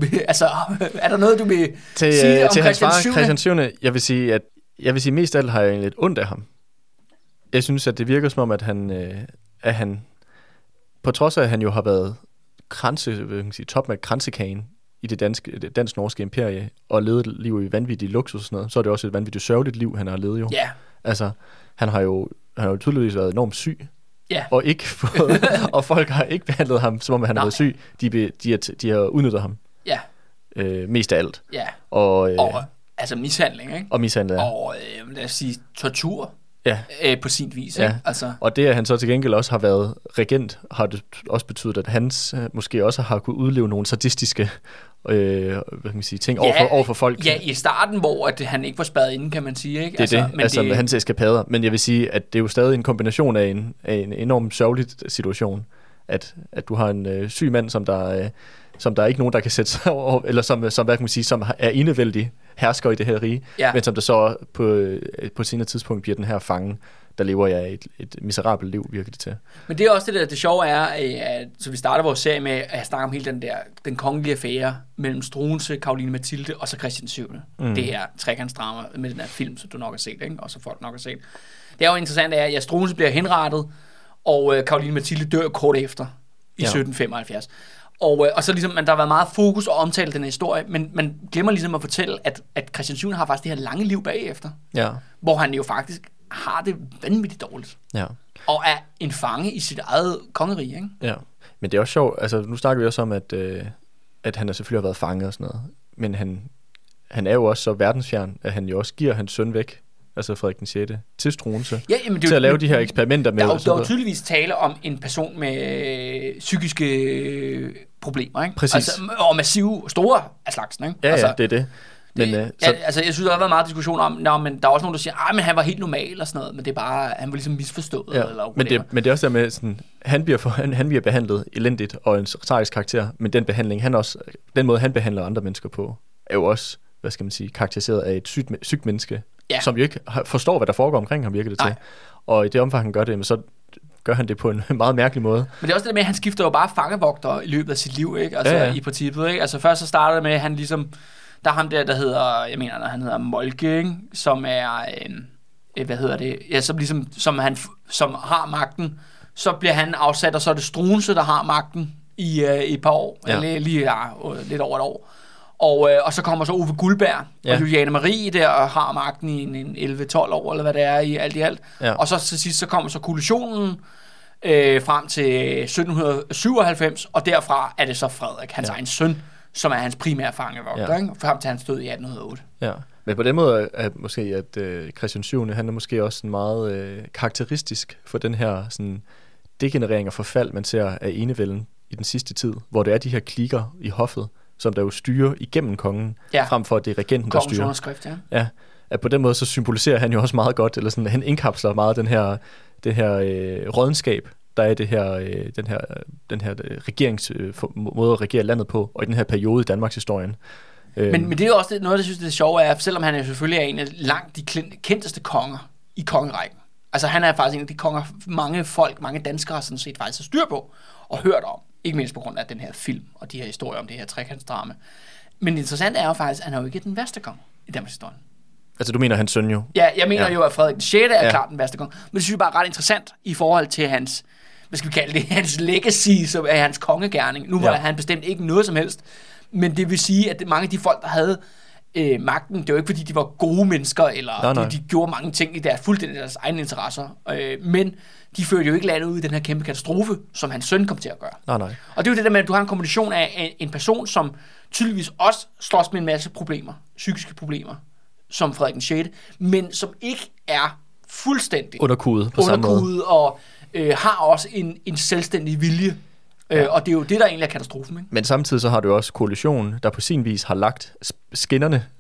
Er der noget, du vil sige om til Christian hans VII? Christian 7. Jeg vil sige mest af alt har jeg egentlig lidt ondt af ham. Jeg synes, at det virker som om, at han på trods af, at han jo har været top med kransekagen i det dansk-norske imperie, og levet et liv i vanvittig luksus og sådan noget, så er det også et vanvittigt sørgeligt liv, han har levet jo. Ja. Altså, han har jo tydeligvis været enormt syg, og og folk har ikke behandlet ham, som om han har været syg. De har udnyttet ham. Ja. Mest af alt. Ja. Og altså mishandling, ikke? Og mishandling, ja. Og lad os sige tortur. Ja. På sin vis, ja. Ikke? Altså. Og det, at han så til gengæld også har været regent, har det også betydet, at hans måske også har kunnet udleve nogle sadistiske ting over for folk. Ja, i starten, hvor at han ikke var spadet inde, kan man sige. Ikke? Det er med hans eskapader. Men jeg vil sige, at det er jo stadig en kombination af en enormt sørgelig situation, at du har en syg mand, som der er ikke nogen, der kan sætte sig over, eller som hvad kan man sige, som er enevældig hersker i det her rige, men som der så på senere tidspunkt bliver den her fange, der lever jeg et miserabelt liv, virker det til. Men det er også det sjove er, at så vi starter vores serie med at snakke om hele den kongelige affære mellem Struensee, Caroline Mathilde og så Christian 7. Det her trekantsdrama med den her film, som du nok har set, ikke? Og så folk nok har set. Det er jo interessant, at Struensee bliver henrettet, og Caroline Mathilde dør kort efter i 1775. Og så ligesom, der har været meget fokus og omtale den her historie, men man glemmer ligesom at fortælle, at Christian 7 har faktisk det her lange liv bagefter, hvor han jo faktisk har det vanvittigt dårligt. Ja. Og er en fange i sit eget kongerige, ikke? Ja, men det er også sjovt, altså nu snakker vi også om, at han selvfølgelig har været fange og sådan noget, men han er jo også så verdensfjern, at han jo også giver hans søn væk, altså Frederik den 6. til Struensee, til at lave de her eksperimenter med. Der er tydeligvis tale om en person med psykiske problemer, ikke? Præcis. Altså, og massive, store af slagsen, ikke? Ja, det er det. Men, jeg synes, der har været meget diskussion om, men der er også nogen, der siger, men han var helt normal og sådan noget, men det er bare, han var ligesom misforstået. Ja, eller men det er også der med, sådan, han bliver behandlet elendigt og en tragisk karakter, men den behandling, den måde, han behandler andre mennesker på, er jo også, hvad skal man sige, karakteriseret af et sygt menneske, som jo ikke forstår, hvad der foregår omkring ham, virker det til. Og i det omfang, han gør det, så gør han det på en meget mærkelig måde. Men det er også det med, at han skifter jo bare fangevogter i løbet af sit liv, ikke? Altså i princippet, ikke? Altså først så starter det med, at han ligesom, der er ham der hedder, jeg mener, han hedder Moltke, ikke? Som er, som har magten, så bliver han afsat, og så er det Struensee, der har magten i et par år, lidt over et år. Og så kommer så Ove Guldberg og Juliane Marie der og har magten i en 11-12 år, eller hvad det er i alt. Ja. Og så til sidst så kommer så koalitionen frem til 1797, og derfra er det så Frederik, hans egen søn, som er hans primære fangevogter, ikke? Frem til hans død i 1808. Ja. Men på den måde er måske, at Christian 7. han er måske også meget karakteristisk for den her sådan, degenerering og forfald, man ser af enevælden i den sidste tid, hvor det er de her klikker i hoffet, som der jo styrer igennem kongen, frem for at det er regenten, der styrer. Underskrift, ja. At på den måde så symboliserer han jo også meget godt, eller sådan, han indkapsler meget den her rådenskab, der er den her måde at regere landet på, og i den her periode i Danmarks historien. Men det er jo også noget, jeg synes, det er sjove er, selvom han er selvfølgelig en af langt de kendteste konger i kongerækken. Altså han er faktisk en af de konger, mange danskere sådan set faktisk har styr på og hørt om. Ikke mindst på grund af den her film og de her historier om det her trekantsdrama. Men det interessante er jo faktisk, at han er jo ikke den værste konge i Danmarks historie. Altså du mener hans søn jo? Ja, jeg mener jo, at Frederik den 6. er klart den værste konge. Men det synes jeg bare er ret interessant i forhold til hans, hvad skal vi kalde det, hans legacy, som er hans kongegærning. Nu var han bestemt ikke noget som helst. Men det vil sige, at mange af de folk, der havde magten, det var ikke fordi, de var gode mennesker, eller de gjorde mange ting i deres egne interesser. Men de førte jo ikke landet ud i den her kæmpe katastrofe, som hans søn kom til at gøre. Nej. Og det er jo det der med, at du har en kombination af en person, som tydeligvis også slås med en masse problemer, psykiske problemer, som Frederik den 6., men som ikke er fuldstændig underkudet på samme måde. Og har også en selvstændig vilje. Og det er jo det, der egentlig er katastrofen. Ikke? Men samtidig så har du også koalitionen, der på sin vis har lagt skinnerne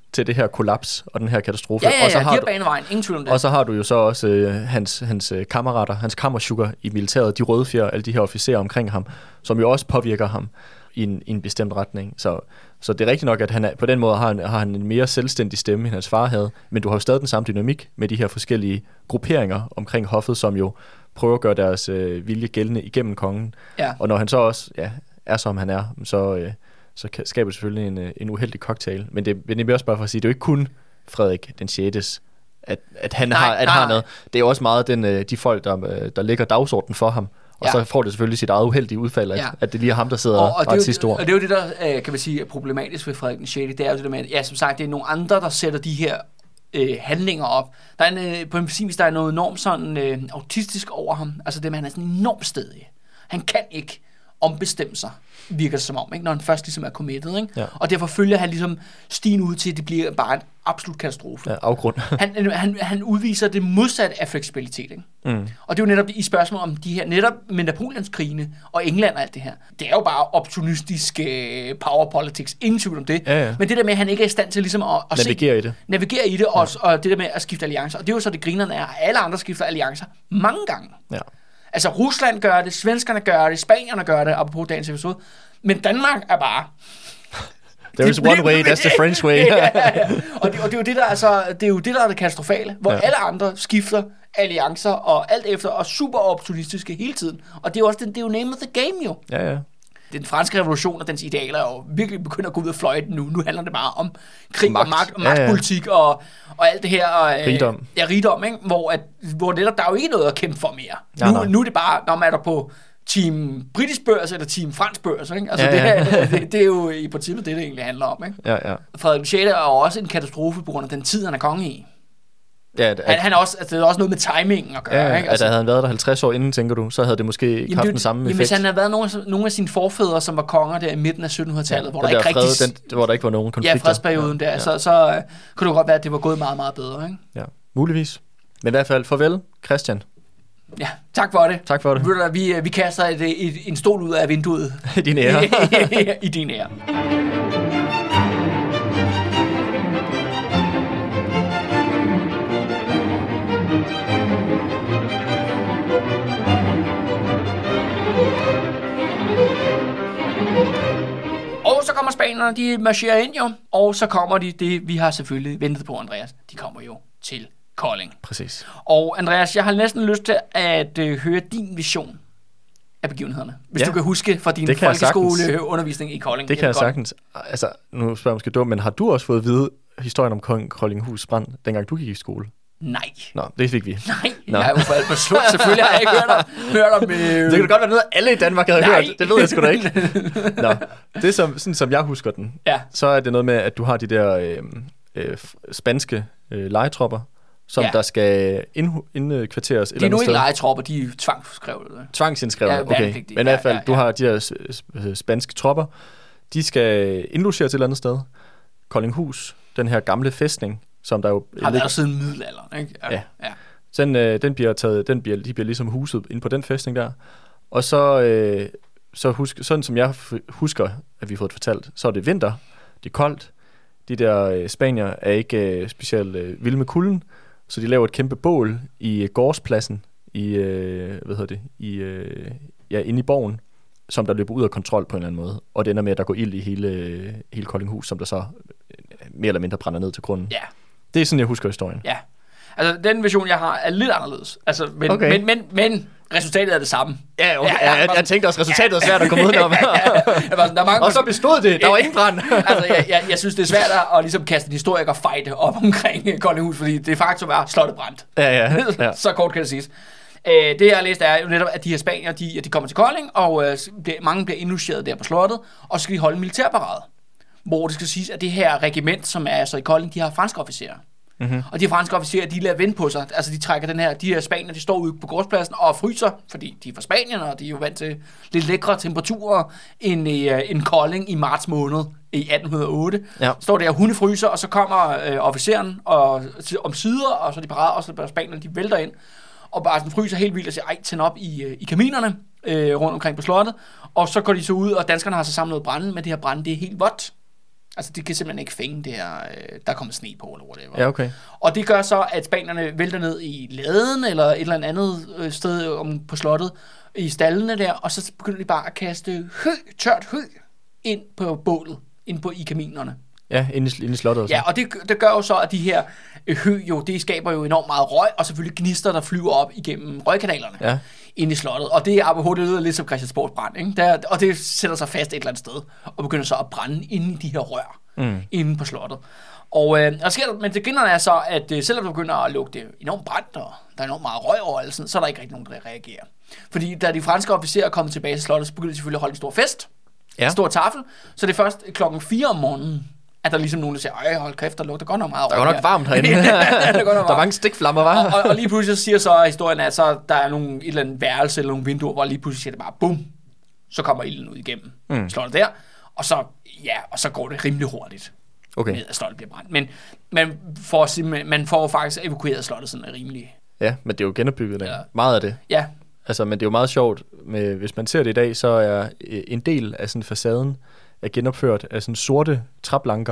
til det her kollaps og den her katastrofe. Ja, og så de har har du, banet vejen, ingen tvivl om det. og så har du jo så også hans kammerater, hans kammersugar i militæret, de røde fjer, alle de her officerer omkring ham, som jo også påvirker ham i en bestemt retning. Så det er rigtigt nok, at han på den måde har han en mere selvstændig stemme, end hans far havde, men du har jo stadig den samme dynamik med de her forskellige grupperinger omkring hoffet, som jo prøver at gøre deres vilje gældende igennem kongen. Ja. Og når han så også er som han er, så skaber det selvfølgelig en uheldig cocktail. Men det er mere også bare for at sige, det er jo ikke kun Frederik den 6. at han har noget. Det er jo også meget de folk, der lægger dagsordenen for ham. Og så får det selvfølgelig sit eget uheldige udfald, at det lige er ham, der sidder og ret sidste ord. Og det er jo det, der kan man sige er problematisk ved Frederik den 6. Det er jo det der med, at som sagt, det er nogle andre, der sætter de her handlinger op. Der er på en vis, der er noget enormt sådan autistisk over ham. Altså det med, han er sådan enormt stedig. Han kan ikke ombestemme sig, virker det som om, ikke? Når han først ligesom er committed, ikke? Ja. Og derfor følger han ligesom stigen ud til, at det bliver bare en absolut katastrofe. Ja, afgrund. han udviser det modsatte af fleksibilitet, ikke? Mm. Og det er jo netop i spørgsmål om de her, netop med Napoleonskrigene og England og alt det her. Det er jo bare opportunistisk power politics, ingen tvivl om det. Ja. Men det der med, at han ikke er i stand til ligesom at navigere i det, og det der med at skifte alliancer. Og det er jo så det grinerne er, at alle andre skifter alliancer mange gange. Ja. Altså Rusland gør det, svenskerne gør det, spanierne gør det, apropos dagens episode. Men Danmark er bare... There's one way, that's the French way. ja. Og det er jo det, der det er jo det, der er det katastrofale, hvor alle andre skifter alliancer og alt efter, og super opportunistiske hele tiden. Og det er jo også det er jo name of the game jo. Ja. Den franske revolution og dens idealer er jo virkelig begyndt at gå ud af fløjten nu. Nu handler det bare om krig og magt og magtpolitik og alt det her. Og, rigdom. Ja, rigdom, ikke? Hvor netop, der er jo ikke noget at kæmpe for mere. Nu er det bare, når man er der på team britisk børs eller team fransk børs, ikke? Altså det er jo i princippet det egentlig handler om, ikke? Ja. Frederik 6. er jo også en katastrofe på grund af den tid, han er konge i. Ja, han er også, altså, det er også noget med timingen at gøre, ikke? Altså, havde han været der 50 år inden, tænker du, så havde det måske haft den samme effekt. Hvis han havde været nogle af sine forfædre, som var konger der i midten af 1700-tallet, hvor der ikke hvor der ikke var nogen konflikter. Ja, fredsperioden der, så kunne det godt være, at det var gået meget, meget bedre, ikke? Ja, muligvis. Men i hvert fald, farvel, Christian. Ja, tak for det. Tak for det. Vi kaster en stol ud af vinduet. I din ære. I din ære. Og så kommer spanierne, de marcherer ind jo, og så kommer det vi har selvfølgelig ventet på, Andreas. De kommer jo til Kolding. Præcis. Og Andreas, jeg har næsten lyst til at høre din vision af begivenhederne. Hvis du kan huske fra din folkeskoleundervisning i Kolding. Det kan jeg sagtens. Altså, nu spørger jeg måske dumt, men har du også fået at vide historien om Koldinghus brand, dengang du gik i skole? Nej. Nå, det fik vi. Nej, jeg er jo for alt på slå. Selvfølgelig har jeg ikke hørt om det kan godt være noget, alle i Danmark havde hørt. Det ved jeg sgu da ikke. Nå, det sådan som jeg husker den, så er det noget med, at du har de der spanske legetropper, som der skal indkvarteres et eller andet sted. De er nu ikke legetropper, de er tvangsindskrevet. Tvangsindskrevet, okay. Men i hvert fald, du har de her spanske tropper, de skal indlogeres et eller andet sted. Koldinghus, den her gamle fæstning, som der jo har været siden middelalderen, ikke? Ja. De bliver ligesom huset ind på den fæstning der. Og så sådan som jeg husker, at vi har fået fortalt, så er det vinter, det er koldt. De der spanier er ikke specielt vilde med kulden, så de laver et kæmpe bål i gårdspladsen inde i borgen, som der løber ud af kontrol på en eller anden måde. Og det ender med, at der går ild i hele Koldinghus, som der så mere eller mindre brænder ned til grunden. Ja. Det er sådan, jeg husker historien. Ja. Altså, den version, jeg har, er lidt anderledes. Altså, men resultatet er det samme. Ja, okay. Jeg tænkte også, resultatet er svært at komme ud om. Og så bestod det. Der var ingen brand. Altså, jeg synes, det er svært at ligesom kaste en historiker-fight op omkring Koldinghus, fordi det faktum er slottet brændt. Ja. Så kort kan det siges. Det, jeg har læst, er jo netop, at de her spanier, de kommer til Kolding, og mange bliver indlogeret der på slottet, og så skal de holde en militærparade, hvor det skal siges, at det her regiment, som er så i Kolding, de har franske officerer. Mm-hmm. Og de franske officerer, de lader vente på sig. Altså, de trækker de her spanier, de står ude på gårdspladsen og fryser, fordi de er fra Spanien, og de er jo vant til lidt lækre temperaturer end Kolding i marts måned i 1808. Ja. Står der hundefryser, og så kommer officeren om sider, og så er de parade, og så er spanierne, de vælter ind, og bare sådan fryser helt vildt og siger, tænd op i kaminerne rundt omkring på slottet. Og så går de så ud, og danskerne har så samlet noget brænde, men det her brænde, det er helt vådt. Altså, de kan simpelthen ikke fænge det her, der kommer sne på, eller whatever. Ja, okay. Og det gør så, at spanierne vælter ned i laden, eller et eller andet sted på slottet, i stallene der, og så begynder de bare at kaste tørt hø ind på bålet, i kaminerne. Ja, inde i slottet også. Ja, og det gør jo så, at de her hø jo, det skaber jo enormt meget røg, og selvfølgelig gnister, der flyver op igennem røgkanalerne ind i slottet. Og det er apropos, det lyder lidt som Christiansborgs brand, ikke? Og det sætter sig fast et eller andet sted, og begynder så at brænde inde i de her rør, inde på slottet. Men det griner er så, at selvom det begynder at lugte enormt brændt, og der er enormt meget røg over, altså, så er der ikke rigtig nogen, der reagerer. Fordi da de franske officerer er kommet tilbage til slottet, så begynder de selvfølgelig at holde en stor fest, en stor tafel, så det er først 4:00 om morgenen, at der ligesom nogen, der siger, hold kæft, der lugter godt nok meget røg. Der er godt nok varmt herinde. Der er mange stikflammer, var. Og lige pludselig siger så historien, at så der er et eller andet værelse eller nogle vinduer, hvor lige pludselig siger det bare, bum, så kommer ilden ud igennem slottet der, og så går det rimelig hurtigt. Okay. Med at slottet bliver brændt. Men man får faktisk evakueret slottet sådan rimelig. Ja, men det er jo genopbygget der. Meget af det. Ja. Altså, men det er jo meget sjovt, hvis man ser det i dag, så er en del af sådan facaden er genopført af sådan sorte træplanker,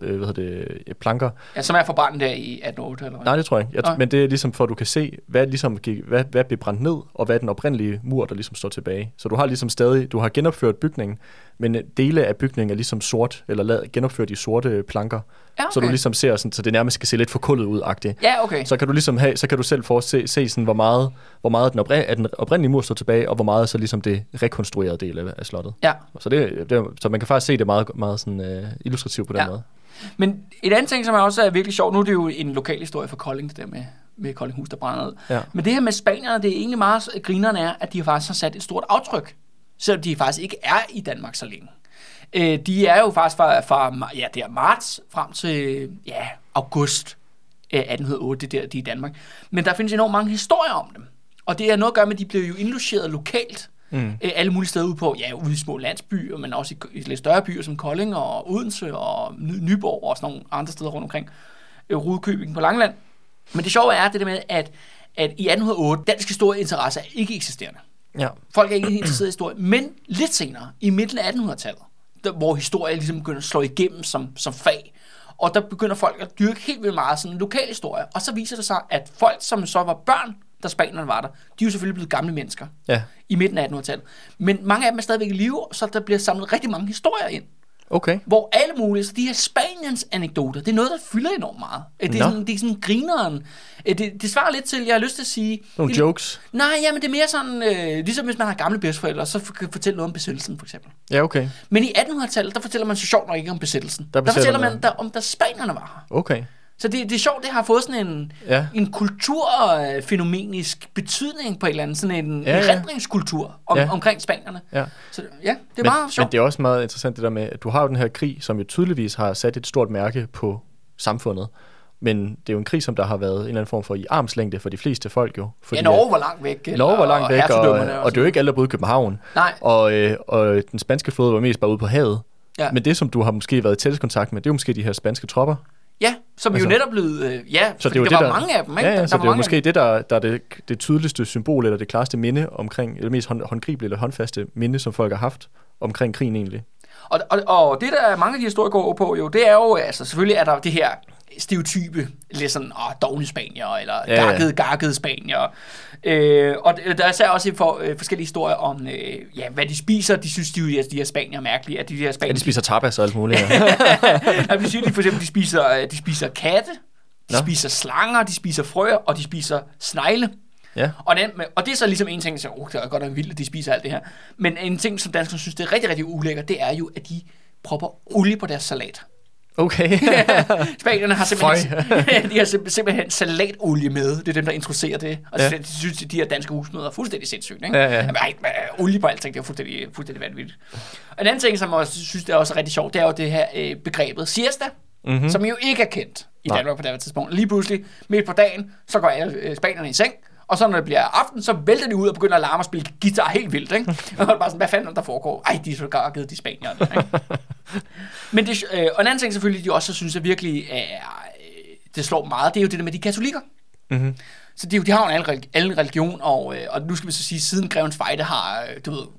planker. Ja, som er forbrændt der i 1808 eller hvad? Nej, det tror jeg ikke. Men det er ligesom for, at du kan se, hvad blev brændt ned, og hvad er den oprindelige mur, der ligesom står tilbage. Så du har ligesom du har genopført bygningen, men dele af bygningen er ligesom sort, eller genopført i sorte planker. Ja, okay. Så du ligesom ser sådan, så det nærmest skal se lidt forkullet ud-agtigt. Ja, okay. Så kan du ligesom så kan du selv se sådan, hvor meget den oprindelige mur står tilbage, og hvor meget så ligesom det rekonstruerede del af slottet. Ja. Så man kan faktisk se det meget, meget sådan illustrativt på den måde. Men et andet ting, som er også er virkelig sjovt, nu er det jo en lokal historie for Kolding, det der med Koldinghus, der brænder ned. Ja. Men det her med spanierne, det er egentlig meget grinerne er, at de faktisk har sat et stort aftryk, selvom de faktisk ikke er i Danmark så længe. De er jo faktisk fra marts frem til august 1808, det der, de er i Danmark. Men der findes enormt mange historier om dem. Og det er noget at gøre med, at de blev jo indlogeret lokalt. Alle mulige steder ude på, ude i små landsbyer, men også i lidt større byer som Kolding og Odense og Nyborg og sådan nogle andre steder rundt omkring. Rudkøbing på Langeland. Men det sjove er det der med, at i 1808, dansk historieinteresse er ikke eksisterende. Ja. Folk er ikke interesseret i historie. Men lidt senere, i midten af 1800-tallet, hvor historie ligesom begynder at slå igennem som fag, og der begynder folk at dyrke helt vildt meget sådan lokal historie. Og så viser det sig, at folk, som så var børn, da spanierne var der, de er jo selvfølgelig blevet gamle mennesker i midten af 1800-tallet. Men mange af dem er stadigvæk i live, så der bliver samlet rigtig mange historier ind. Okay. Hvor alle mulige, så de her Spaniens anekdoter, det er noget, der fylder enormt meget. Det er sådan grineren. Det svarer lidt til, jeg har lyst til at sige... Nogle jokes? Nej, men det er mere sådan, ligesom hvis man har gamle bedsteforældre, så kan fortælle noget om besættelsen, for eksempel. Ja, okay. Men i 1800-tallet, der fortæller man så sjovt nok ikke om besættelsen. Der fortæller man om, da spanierne var her. Okay. Så det er sjovt, det har fået sådan en kulturfænomenisk betydning på et eller andet, sådan en erindringskultur omkring spanierne. Ja. Så det er meget sjovt. Men det er også meget interessant det der med, at du har jo den her krig, som jo tydeligvis har sat et stort mærke på samfundet. Men det er jo en krig, som der har været en eller anden form for i armslængde for de fleste folk jo. Fordi Norge var langt væk. Norge var langt væk, og det er jo ikke alle, der boede i København. Nej. Og den spanske flåde var mest bare ude på havet. Ja. Men det, som du har måske været i tættest kontakt med, det er jo måske de her spanske tropper. Ja, som jo netop blevet... så det var mange af dem, ikke? Ja, så det er måske det, der er det tydeligste symbol, eller det klareste minde omkring, eller mest håndgribelige eller håndfaste minde, som folk har haft omkring krigen egentlig. Og det, der mange af de historier går på, jo, det er jo, altså selvfølgelig er der det her stereotype, lidt sådan, dovne spanier, eller gakkede spanier. Og der er især også forskellige historier om, hvad de spiser. De synes, de her spanier er mærkelige. At de spiser tapas og alt muligt. De synes, for eksempel, de spiser katte, de spiser slanger, de spiser frøer, og de spiser snegle. Ja. Og det er så ligesom en ting, så det er godt nok vildt, at de spiser alt det her. Men en ting, som danskerne synes, det er rigtig, rigtig ulækkert, det er jo, at de propper olie på deres salat. Okay. Spanierne har simpelthen salatolie med. Det er dem, der introducerer det. Og de synes, at de her danske husmødre er fuldstændig sindssygt. Ikke? Ja. Olie på alting, det er fuldstændig vanvittigt. Og en anden ting, som jeg synes, det er også rigtig sjovt, det er jo det her begrebet siesta, som jo ikke er kendt i Danmark på det her tidspunkt. Lige pludselig, midt på dagen, så går alle spanierne i seng, og så når det bliver aften, så vælter de ud og begynder at larme og spille guitar helt vildt, ikke? Og bare sådan, hvad fanden der foregår? Ej, de er så gakkede, de spanierne, ikke? Men og en anden ting selvfølgelig, de også synes, at virkelig det slår meget, det er jo det der med de katolikker. Mm-hmm. Så de har jo alle religion, og nu skal vi så sige, siden Grevens Fejde har, du ved,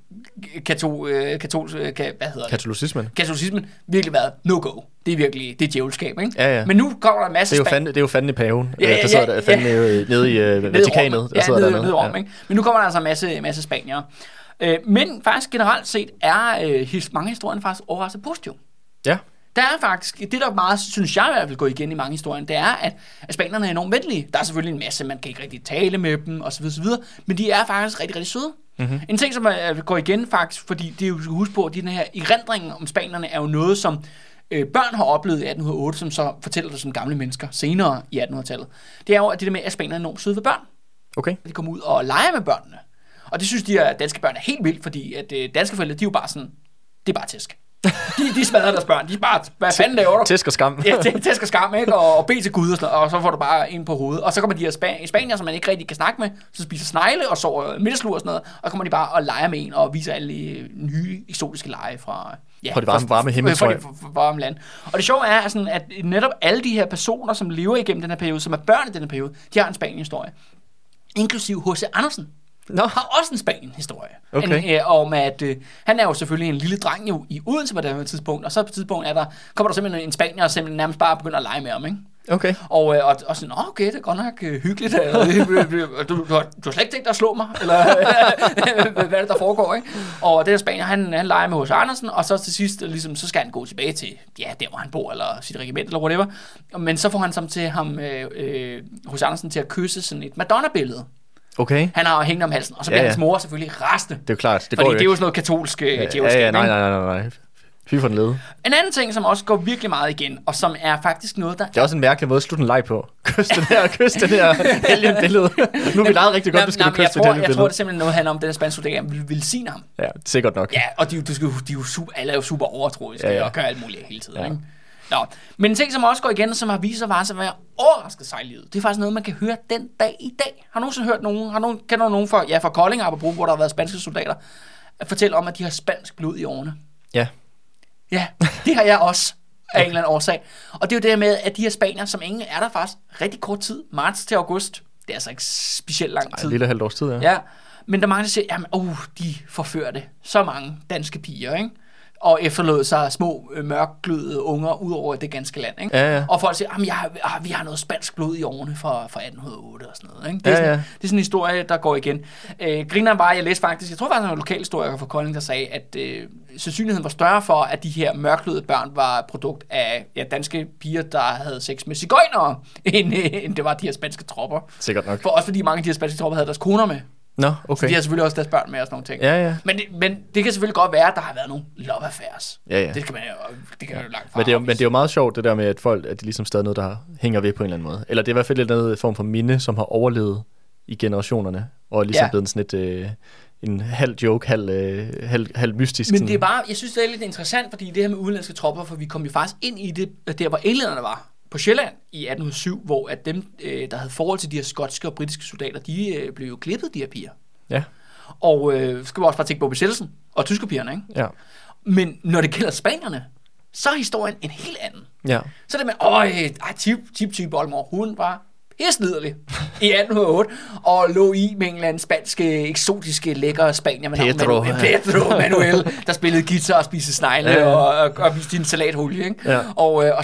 katolicismen virkelig været no-go. Det er virkelig, det er djævelskab, ikke? Ja. Men nu kommer der en masse det er jo fanden i paven. Der sidder der fanden nede i Vatikanet. Ja, nede i Rom, ikke? Men nu kommer der altså en masse spaniere. Men faktisk generelt set er mange historier faktisk overraskende positive. Ja. Der er faktisk, det der meget, synes jeg i hvert fald går igen i mange historier, det er, at spanierne er enormt venlige. Der er selvfølgelig en masse, man kan ikke rigtig tale med dem, osv., men de er faktisk rigtig, rigtig søde. Mm-hmm. En ting, som går igen faktisk, fordi det er jo, du skal huske på, at den her erindringen om spanierne er jo noget, som børn har oplevet i 1808, som så fortæller det som gamle mennesker senere i 1800-tallet. Det er jo det der med, at spanierne er enormt søde ved børn. Okay. De kommer ud og leger med børnene. Og det synes de her danske børn er helt vildt, fordi at danske forældre, de er jo bare sådan, det er bare tæsk. De smadrer deres børn. De er bare, hvad fanden laver du? Tæsk og skam. Ja, tæsk og skam, ikke? Og bed til Gud, og så får du bare en på hovedet. Og så kommer de her spanier, som man ikke rigtig kan snakke med, så spiser snegle og sover middagslur og sådan noget, og kommer de bare og leger med en og viser alle nye eksotiske lege fra det varme himmel, fra det varme land. Og det sjove er, sådan, at netop alle de her personer, som lever igennem den her periode, som er børn i den her periode, de har en Spanien-historie. Inklusiv H.C. Andersen. Har også en Spanien-historie. Okay. Om at han er jo selvfølgelig en lille dreng i Odense på det her tidspunkt, og så på et tidspunkt kommer der simpelthen en spanier, og simpelthen nærmest bare begynder at lege med ham, ikke? Okay. Og sådan, okay, det er godt nok hyggeligt. Du har slet ikke tænkt dig at slå mig, eller hvad er det, der foregår, ikke? Og den spanier, han leger med H.C. Andersen, og så til sidst, ligesom, så skal han gå tilbage til, der hvor han bor, eller sit regiment, eller whatever. Men så får han som til ham, H.C. Andersen, til at kysse sådan et Madonna-billede. Okay. Han har hængt om halsen, og så bliver hans mor selvfølgelig rasende. Det er jo klart. Fordi det er jo sådan noget katolsk djævelskab. Nej. Fy for den lede. En anden ting, som også går virkelig meget igen, og som er faktisk noget, der... Det er også en mærkelig måde at slutte en leg på. Kys den her helgenbillede. Nu er vi leget rigtig godt, du skal kysse det helgenbillede. Jeg tror, det er simpelthen noget, handler om, den spanske soldat vil velsigne ham. Ja, sikkert nok. Ja, og de er jo super, alle er jo super overtroiske og gør alt muligt hele tiden, ikke? Nå, men en ting, som også går igen, som har vist sig bare at være overrasket sig i livet, det er faktisk noget, man kan høre den dag i dag. Har nogensinde hørt nogen, kender nogen fra Kolding, hvor der har været spanske soldater, at fortælle om, at de har spansk blod i årene? Ja. Ja, det har jeg også af en eller anden årsag. Og det er jo det med, at de her spanier, som ingen er der faktisk rigtig kort tid, marts til august, det er altså ikke specielt lang tid. Et lille halvt års tid, ja. Men der er mange, der siger, jamen, de forførte så mange danske piger, ikke? Og efterlod sig små mørkglødede unger ud over det ganske land, ikke? Ja. Og folk siger, vi har noget spansk blod i årene fra 1808 og sådan noget, ikke? Det er sådan en historie, der går igen. Grineren var, jeg læste faktisk, jeg tror faktisk, der var en lokalhistoriker fra Kolding, der sagde, at sandsynligheden var større for, at de her mørkglødede børn var produkt af danske piger, der havde sex med sigøjnere, end det var de her spanske tropper. Sikkert nok. For også fordi mange af de her spanske tropper havde deres koner med. Nå, okay. Så de har selvfølgelig også deres børn med og sådan nogle ting. Ja. Men det kan selvfølgelig godt være, at der har været nogle love affairs. Ja. Det kan jo langt fra. Men det er jo meget sjovt, det der med, at folk, at de ligesom stadig noget, der hænger ved på en eller anden måde. Eller det er i hvert fald en form for minde, som har overlevet i generationerne, og ligesom blevet sådan en halv joke, halv mystisk. Men det er bare, jeg synes, det er lidt interessant, fordi det her med udenlandske tropper, for vi kom jo faktisk ind i det, der hvor englænderne var. På Sjælland i 1807, hvor at dem, der havde forhold til de her skotske og britiske soldater, de blev jo klippet, de her piger. Ja. Og skal vi også bare tænke på besættelsen og tyskerpigerne, ikke? Ja. Men når det gælder spanierne, så er historien en helt anden. Ja. Så det med, Tip Oldemor, hun var pissliderlig i 1808, og lå i med en eller anden spanske, eksotiske, lækre spanier med Pedro Manuel, der spillede guitar og spiste snegle og viste din salathulje, ikke? Ja. Og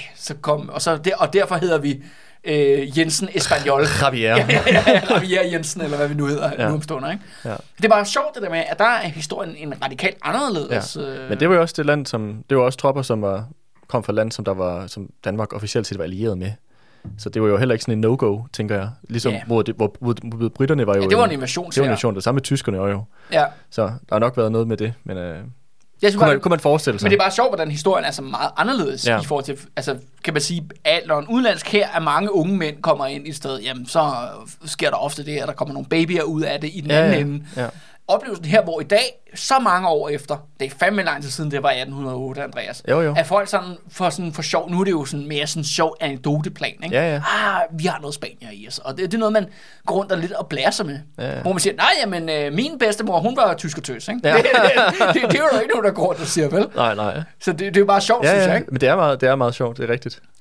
derfor hedder vi Jensen Espanyol. Javier Jensen, eller hvad vi nu hedder, nu omstående, ikke? Ja. Det er bare sjovt det der med, at der er historien en radikalt anderledes. Ja. Men det var jo også det land, det var også tropper, som kom fra land, som Danmark officielt set var allieret med. Så det var jo heller ikke sådan en no-go, tænker jeg. Ligesom hvor briterne var jo... Ja, det var en invasion. Det var en invasion, det samme med tyskerne jo. Ja. Så der har nok været noget med det, men kunne man forestille sig. Men det er bare sjovt, hvordan historien er så meget anderledes i forhold til... Altså, kan man sige, at når en udenlandsk her er mange unge mænd kommer ind i et sted, jamen så sker der ofte det, at der kommer nogle babyer ud af det i den anden ende. Ja. Oplevelsen her, hvor i dag, så mange år efter, det er fandme lang tid siden, det var 1808, Andreas, at folk sådan for sjov, nu er det jo sådan mere sådan sjov anekdoteplan, ikke? Ja. Vi har noget spanier i os, og det er noget, man går rundt og lidt og blæser med. Ja. Hvor man siger, nej, jamen, min bedstemor, hun var tyskertøs, ikke? Ja. det er jo ikke nogen, der går rundt og siger, vel? Nej. Så det er jo bare sjovt, synes jeg, ikke? Men det er meget sjovt, det er rigtigt.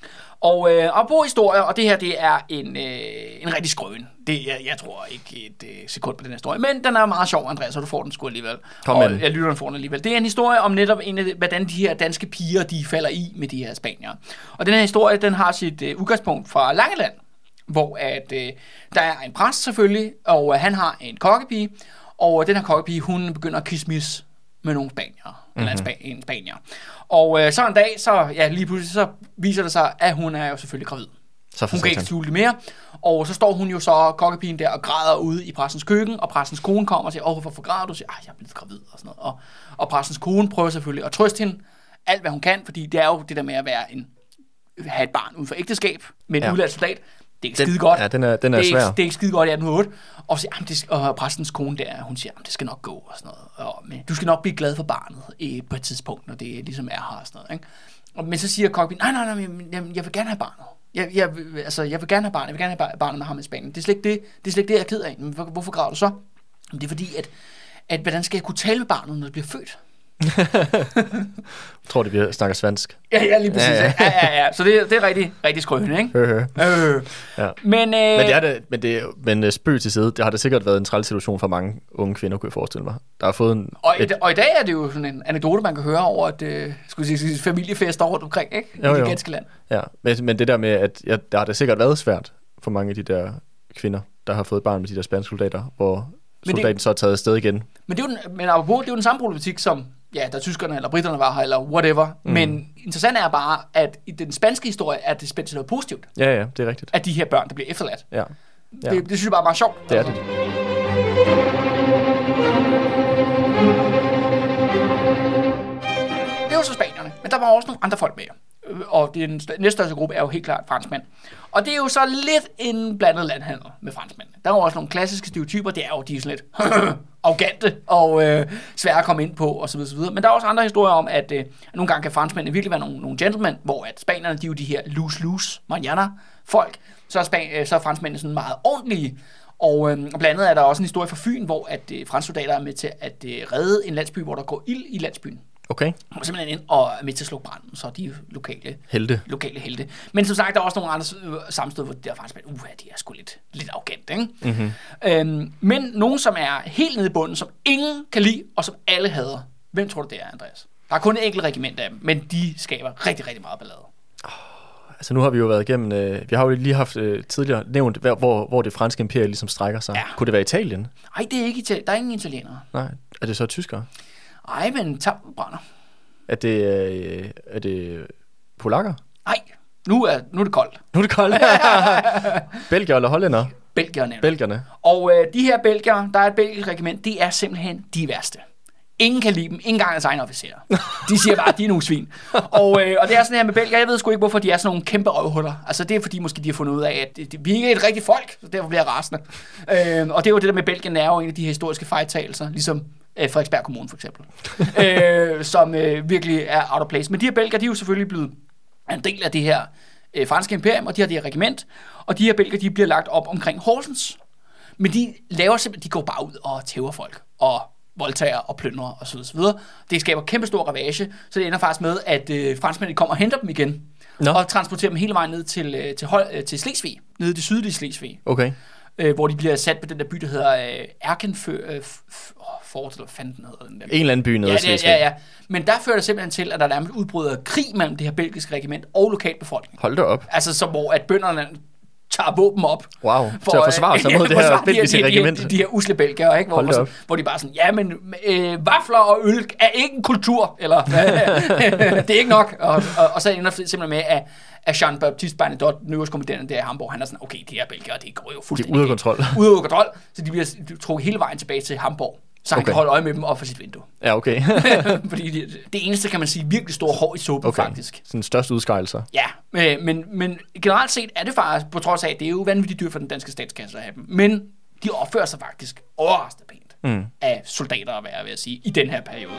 Og apropos historier, og det her, det er en rigtig skrøn. Jeg tror ikke et sekund på den her historie, men den er meget sjov, Andreas, så du får den sgu alligevel. Jeg lytter får den alligevel. Det er en historie om netop hvordan de her danske piger, de falder i med de her spaniere. Og den her historie, den har sit udgangspunkt fra Langeland, hvor at der er en præst selvfølgelig, og han har en kokkepige, og den her kokkepige, hun begynder at kismis med nogle spaniere, eller en spanier. Og så en dag, lige pludselig, så viser det sig, at hun er jo selvfølgelig gravid. Hun kan ikke skjule det mere, og så står hun jo så, kokkepigen der, og græder ude i præstens køkken, og præstens kone kommer og siger, hvorfor græder du? Og siger, jeg er blevet gravid, og sådan noget. Og præstens kone prøver selvfølgelig at trøste hende alt, hvad hun kan, fordi det er jo det der med at have et barn uden for ægteskab med en udlært soldat. Det er ikke skide godt. Ja, den er svær. Det er ikke skide godt i 1808. Og, og præstens kone der, hun siger, det skal nok gå og sådan noget. Du skal nok blive glad for barnet på et tidspunkt, når det ligesom er her og sådan noget. Ikke? Men så siger kokkepigen, nej, jeg vil gerne have barnet. Jeg vil gerne have barnet. Jeg vil gerne have barnet med ham i Spanien. Det er slet ikke det, jeg er ked af. Men hvorfor græder du så? Det er fordi, at hvordan skal jeg kunne tale med barnet, når det bliver født? Jeg tror, vi snakker svensk. Ja, lige præcis. Ja. Så det er rigtig, rigtig skrønende, ikke? Ja. Men spøg til side, det har da sikkert været en træls situation for mange unge kvinder, kunne jeg forestille mig. Der har fået og i dag er det jo sådan en anekdote, man kan høre over et familiefester rundt omkring, ikke? I det ganske land. Ja, men det der med, at der har det sikkert været svært for mange af de der kvinder, der har fået barn med de der spanske soldater, hvor soldaten så er taget afsted igen. Men apropos, det er jo den samme problematik som, da tyskerne eller britterne var her, eller whatever. Men interessant er bare, at i den spanske historie er det spændt til noget positivt. Ja, det er rigtigt. At de her børn, der bliver efterladt. Ja. Det synes jeg bare er meget sjovt. Det er det. Det er jo så spanierne, men der var også nogle andre folk med. Og den næststørste gruppe er jo helt klart franskmænd. Og det er jo så lidt en blandet landhandel med franskmænd. Der er jo også nogle klassiske stereotyper, det er jo de er sådan lidt arrogante og svære at komme ind på osv. Men der er også andre historier om, at nogle gange kan franskmændene virkelig være nogle gentlemen, hvor at spanierne, de er jo de her loose manana folk, så er franskmændene sådan meget ordentlige. Og blandt andet er der også en historie fra Fyn, hvor at franske soldater er med til at redde en landsby, hvor der går ild i landsbyen. Okay. Og simpelthen ind og er med til at slukke branden, så de er lokale helte. Men som sagt, der er også nogle andre sammenstød, hvor det er faktisk, de er sgu lidt arrogant, ikke? Mm-hmm. Men nogen, som er helt nede i bunden, som ingen kan lide, og som alle hader. Hvem tror du, det er, Andreas? Der er kun et enkelt regiment af dem, men de skaber rigtig, rigtig meget ballade. Altså nu har vi jo været igennem, vi har jo lige haft tidligere nævnt, hvor det franske imperium ligesom strækker sig. Ja. Kunne det være Italien? Nej, det er ikke Italien. Der er ingen italienere. Nej, er det så tyskere? Nej, men brænder. Er det polakker? Nej, nu er det koldt. Nu er det koldt. Belgier eller hollænder? Belgierne. Og de her belgiere, der er et belgisk regiment, det er simpelthen de værste. Ingen kan lide dem, ikke engang deres egne officerer. De siger bare, at de er nogle svin. Og det er sådan her med belgier, jeg ved sgu ikke, hvorfor de er sådan nogle kæmpe røvhuller. Altså det er fordi, måske de har fundet ud af, at vi ikke er et rigtigt folk, så derfor bliver jeg rasende. Og det er jo det der med Belgien, er jo en af de her historiske fejltagelser, ligesom Frederiksberg Kommune for eksempel, som virkelig er out of place. Men de her belgier, de er jo selvfølgelig blevet en del af det her franske imperium, og de har det her regiment, og de her belgier, de bliver lagt op omkring Horsens. Men de laver simpelthen, de går bare ud og tæver folk, og voldtager og plyndrer og så videre. Det skaber kæmpe stor ravage, så det ender faktisk med, at franskmændene kommer og henter dem igen, og transporterer dem hele vejen ned til Slesvig, nede i det sydlige Slesvig. Okay. Hvor de bliver sat på den der by, der hedder Fort, eller fanden hedder den der. En eller anden by nede i Slesvig. Ja. Men der fører det simpelthen til, at der nærmest udbryder krig mellem det her belgiske regiment og lokalbefolkningen. Hold da op. Altså så hvor at bønderne tager våben op. Wow, til at forsvare sig mod det her belgiske regiment. De her usle belgiere, ikke? Hvor de bare sådan, ja, men vafler og øl er ikke en kultur, eller det er ikke nok. Og så ender det simpelthen med, at Jean-Baptiste Bernadotte, den øverste kommanderende der i Hamburg, han er sådan, okay, de her belgiere, det går jo fuldstændig. De er ude af kontrol. Ude af kontrol, så de bliver trukket hele vejen tilbage til Hamburg. Så han kan holde øje med dem op for sit vindue. Ja, okay. Fordi det eneste, kan man sige, virkelig store hår i suppen, faktisk. Sådan største udskejelser. Ja, men generelt set er det faktisk, på trods af, at det er jo vanvittigt dyrt for den danske statskasse at have dem. Men de opfører sig faktisk overraskende pænt af soldater, at være, vil jeg sige, i den her periode.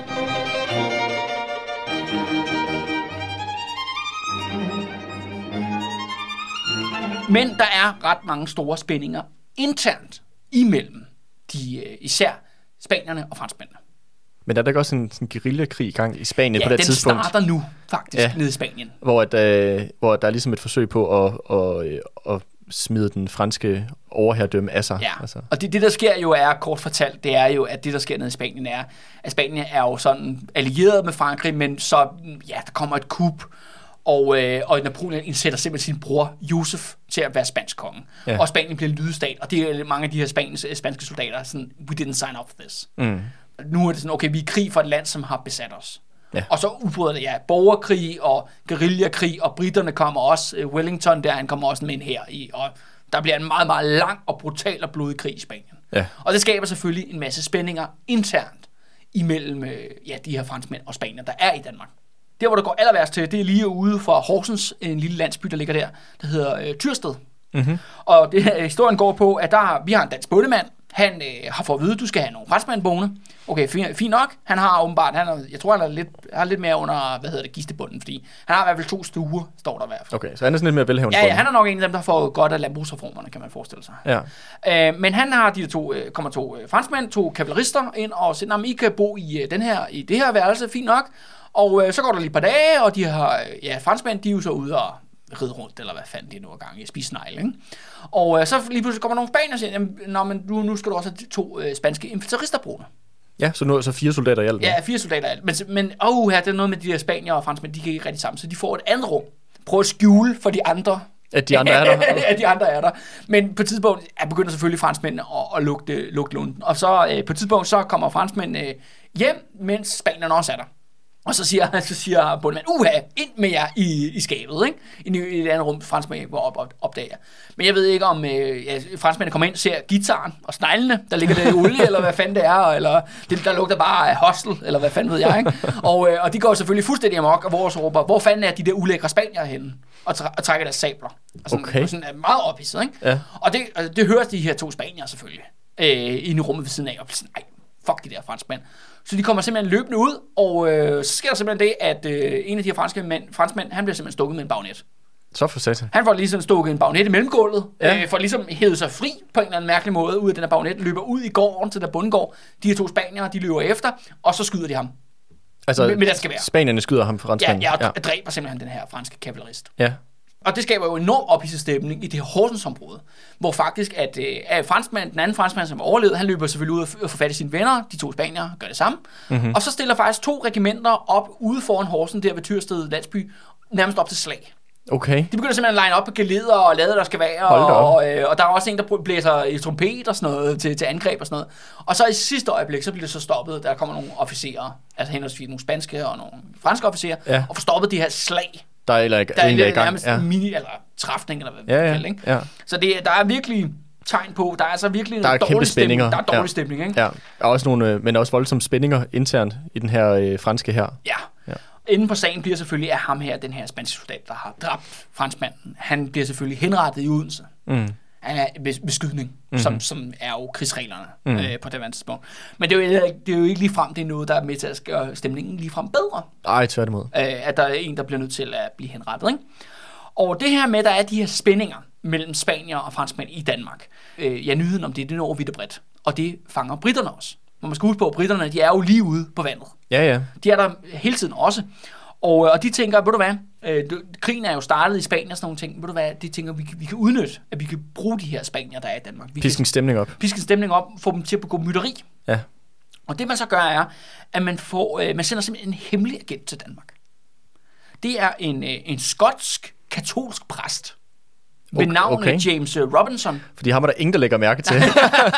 Men der er ret mange store spændinger internt imellem især spanierne og franskmændene. Men der er der ikke også en guerillakrig i gang i Spanien på det tidspunkt? Ja, den starter nu faktisk nede i Spanien. Hvor der er ligesom et forsøg på at smide den franske overherredømme af sig. Ja, altså. Og det der sker jo er, kort fortalt, det er jo, at det der sker nede i Spanien er, at Spanien er jo sådan allieret med Frankrig, men så, ja, der kommer et kup, og Napoleon indsætter simpelthen sin bror Josef til at være spansk konge. Ja. Og Spanien bliver en lydstat, og det er mange af de her spanske soldater, sådan, we didn't sign up for this. Nu er det sådan, okay, vi er i krig for et land, som har besat os. Ja. Og så udbryder det, borgerkrig og guerillakrig, og britterne kommer også, Wellington der, han kommer også med en her i, og der bliver en meget, meget lang og brutal og blodig krig i Spanien. Ja. Og det skaber selvfølgelig en masse spændinger internt imellem de her franskmænd og spanier, der er i Danmark. Der, hvor det går aller værst til, det er lige ude fra Horsens, en lille landsby, der ligger der hedder Tyrsted. Mm-hmm. Og historien går på, at vi har en dansk bondemand. Han har fået at vide, at du skal have nogle franskmænd boende. Okay, fint nok. Han har åbenbart, jeg tror, han har lidt mere under, gistebunden, fordi han har i hvert fald 2 stuer, står der i hvert fald. Okay, så han er sådan lidt mere velhavende. Ja, han er nok en af dem, der får godt af landbrugsreformerne, kan man forestille sig. Ja. Men han har kommer 2 franskmænd, 2 kavalerister ind og siger, I kan bo i det her værelse, fint nok. Og så går der lige et par dage, og de har, franskmænd, de er jo så ude og ride rundt, eller hvad fanden de nu er gang i, spise snegle, ikke? Og så lige pludselig kommer nogle spanier og siger, men nu skal du også have 2 spanske infanterister boende. Ja, så nu er så 4 soldater i alt. Ja, 4 soldater i alt. Men her, det er noget med de der spanier og franskmænd, de kan ikke rigtig sammen, så de får et andet rum. Prøv at skjule for de andre. At de andre er der. At de andre er der. Men på et tidspunkt begynder selvfølgelig franskmændene at lugte lunden. Og så på et tidspunkt, så kommer franskmændene hjem, mens spanierne også er der. Og så siger bondemanden, ind med jer i skabet, ikke? I et andet rum, franskmændene går opdager. Men jeg ved ikke, om franskmændene kommer ind og ser gitaren og sneglene, der ligger der i olie, eller hvad fanden det er, eller det, der lugter bare af hostel, eller hvad fanden ved jeg, ikke? Og de går selvfølgelig fuldstændig amok, og vores råber, hvor fanden er de der ulækre spanier henne? Og trækker deres sabler. Og sådan er meget ophidset, ikke? Ja. Og det hører de her 2 spanier selvfølgelig, inde i rummet ved siden af, og sådan, fuck de der franskmænd. Så de kommer simpelthen løbende ud, og så sker der simpelthen det, at en af de her franskmænd, han bliver simpelthen stukket med en bagnet. Så for satan. Han får ligesom stukket en bagnet i mellemgulvet, for ligesom hævet sig fri på en eller anden mærkelig måde ud af den her bagnet, løber ud i gården til der bondegård. De her 2 spaniere, de løber efter, og så skyder de ham. Altså, med der skal være. Spanierne skyder ham for franskmænden? Ja, og dræber simpelthen den her franske kavalerist. Ja. Og det skaber jo enorm ophidset stemning i det her Horsensområde, hvor faktisk at den anden franskmand, som overlevede, han løber selvfølgelig ud og får fat i sine venner, de 2 spaniere gør det samme, og så stiller faktisk 2 regimenter op ude foran Horsen, der ved Tyrsted landsby, nærmest op til slag. Okay. De begynder simpelthen at line op på geleder og lade, der skal være, og der er også en, der blæser i trompet og sådan noget til angreb og sådan noget. Og så i sidste øjeblik, så bliver det så stoppet, der kommer nogle officerer, altså henholdsvis nogle spanske og nogle franske officerer, og får stoppet de her slag. Der er nærmest mini eller træfning eller hvad man kalder, ikke? Ja. Så der er virkelig tegn på, der er altså virkelig dårlig stemning. Der er dårlig stemning, ikke? Ja. Og også nogle, men også voldsomme spændinger internt i den her franske her. Ja. Inden på sagen bliver selvfølgelig af ham her, den her spanske soldat, der har dræbt franskmanden. Han bliver selvfølgelig henrettet i Odense. Han er beskydning, som er jo krigsreglerne på det tidspunkt. Men det er jo ikke ligefrem, det er noget, der er med til at gøre stemningen ligefrem bedre. Nej, tværtimod. At der er en, der bliver nødt til at blive henrettet, ikke? Og det her med, der er de her spændinger mellem spanier og franskmænd i Danmark. Nyheden om det når vidt og bredt. Og det fanger britterne også. Når man skal huske på, at britterne, de er jo lige ude på vandet. Ja. De er der hele tiden også. Og de tænker, ved du hvad, krigen er jo startet i Spanien og sådan nogle ting. Ved du hvad, de tænker, vi kan udnytte, at vi kan bruge de her spanier, der er i Danmark. Pisken stemning op, få dem til at begå mytteri. Ja. Og det man så gør er, at man sender simpelthen en hemmelig agent til Danmark. Det er en skotsk katolsk præst. Ved navnet James Robinson. Fordi ham er der ingen, der lægger mærke til.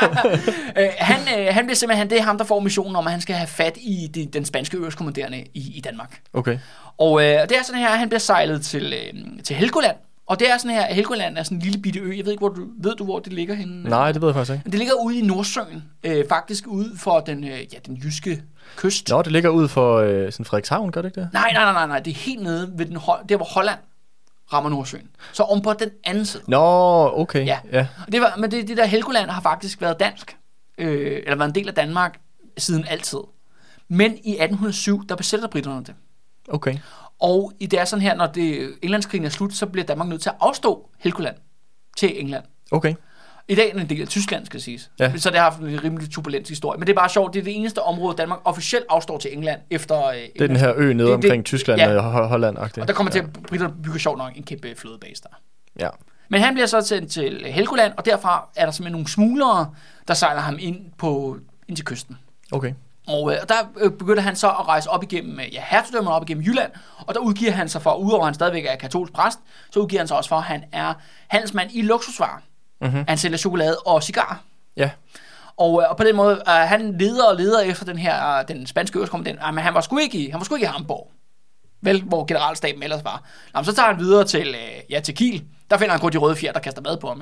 Han bliver simpelthen, det er ham, der får missionen om, at han skal have fat i den spanske øverstkommanderende i Danmark. Okay. Og det er sådan her, at han bliver sejlet til Helgoland. Og det er sådan her, Helgoland er sådan en lille bitte ø. Jeg ved ikke, ved du, hvor det ligger henne? Nej, det ved jeg faktisk ikke. Det ligger ude i Nordsøen. Faktisk ude for den jyske kyst. Nå, det ligger ude for sådan Frederikshavn, gør det ikke det? Nej. Det er helt nede ved der, hvor Holland rammer Nordsøen. Så om på den anden side. Nå, okay. Ja. Men det der Helgoland har faktisk været dansk. Eller været en del af Danmark siden altid. Men i 1807, der besætter britterne det. Okay. Og det er sådan her, når Englandskrigen er slut, så bliver Danmark nødt til at afstå Helgoland til England. Okay. I dag er den en del af Tyskland, skal siges. Ja. Så det har haft en rimelig turbulent historie. Men det er bare sjovt, det er det eneste område, Danmark officielt afstår til England efter... Det er den her ø nede omkring Tyskland og Holland-agtigt. Og der kommer til at britterne bygger sjovt nok en kæmpe flådebase der. Ja. Men han bliver så sendt til Helgoland, og derfra er der simpelthen nogle smuglere, der sejler ham ind til kysten. Okay. Og der begynder han så at rejse op igennem hertugdømmerne, op igennem Jylland, og der udgiver han sig for, udover at han stadigvæk er katolsk præst, så udgiver han sig også for, at han er handelsmand i luksusvarer. Mm-hmm. Han sælger chokolade og cigarer. Ja. Og på den måde, han leder efter den spanske øverstkommandant, men han var sgu ikke i Hamburg. Vel, hvor generalstaben ellers var. Nå, så tager han videre til Kiel. Der finder han kun de røde fjer, der kaster mad på ham.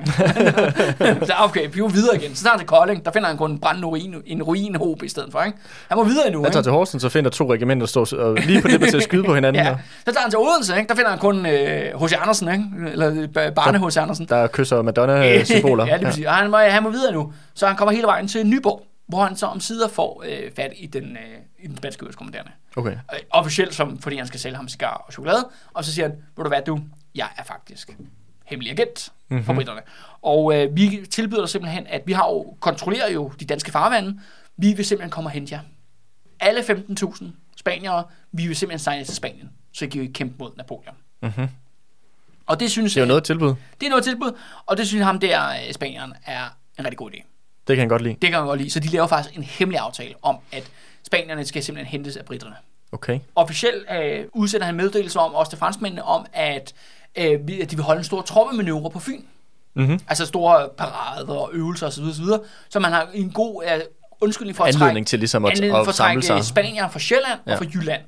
Så okay, vi er videre igen. Så tager han til Kolding. Der finder han kun en ruinhob i stedet for. Ikke? Han må videre endnu. Han tager til Horsens og finder 2 regimenter, der står lige på det til at skyde på hinanden. Ja. Så tager han til Odense. Ikke? Der finder han kun H.C. Andersen. Ikke? Eller Barne H.C. Andersen. Der kysser Madonna-symboler. Ja, det betyder. Og han må videre nu. Så han kommer hele vejen til Nyborg, hvor han så omsider får fat i den spanske øverstkommanderende. Okay. Officielt, fordi han skal sælge ham cigar og chokolade. Og så siger han, ved du hvad, jeg er faktisk hemmelig agent for britterne. Og vi tilbyder simpelthen, at vi kontrollerer jo de danske farvande. Vi vil simpelthen komme og hente jer. Alle 15.000 spaniere, vi vil simpelthen sejle til Spanien, så I kan kæmpe mod Napoleon. Mm-hmm. Og det synes det er jo noget tilbud. Det er noget tilbud, og det synes ham der, spanieren, er en rigtig god idé. Det kan han godt lide. Det kan han godt lide, så de laver faktisk en hemmelig aftale om, at spanierne skal simpelthen hentes af britterne. Okay. Officielt udsender han meddelelser om, også til franskmændene, om, at de vil holde en stor troppemanøvre på Fyn. Mm-hmm. Altså store parader og øvelser osv., så man har en god undskyldning for at anledning til ligesom at samle sig. Spanier fra Sjælland og fra Jylland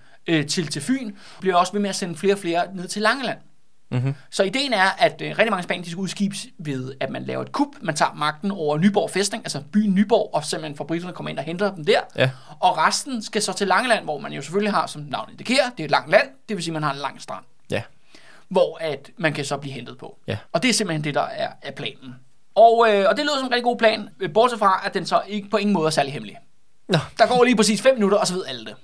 til Fyn, bliver også ved med at sende flere og flere ned til Langeland. Mm-hmm. Så ideen er, at rigtig mange spanier skal udskibes ved, at man laver et kup. Man tager magten over Nyborg fæstning, altså byen Nyborg, og simpelthen får britterne kommer ind og henter dem der. Ja. Og resten skal så til Langeland, hvor man jo selvfølgelig har, som navnet indikerer, det er et langt land, det vil sige, at man har en lang strand. Ja. Hvor at man kan så blive hentet på. Ja. Og det er simpelthen det, der er planen. Og det lyder som en rigtig god plan, bortset fra, at den så ikke på ingen måde er særlig hemmelig. Nå. Der går lige præcis 5 minutter, og så ved alle det.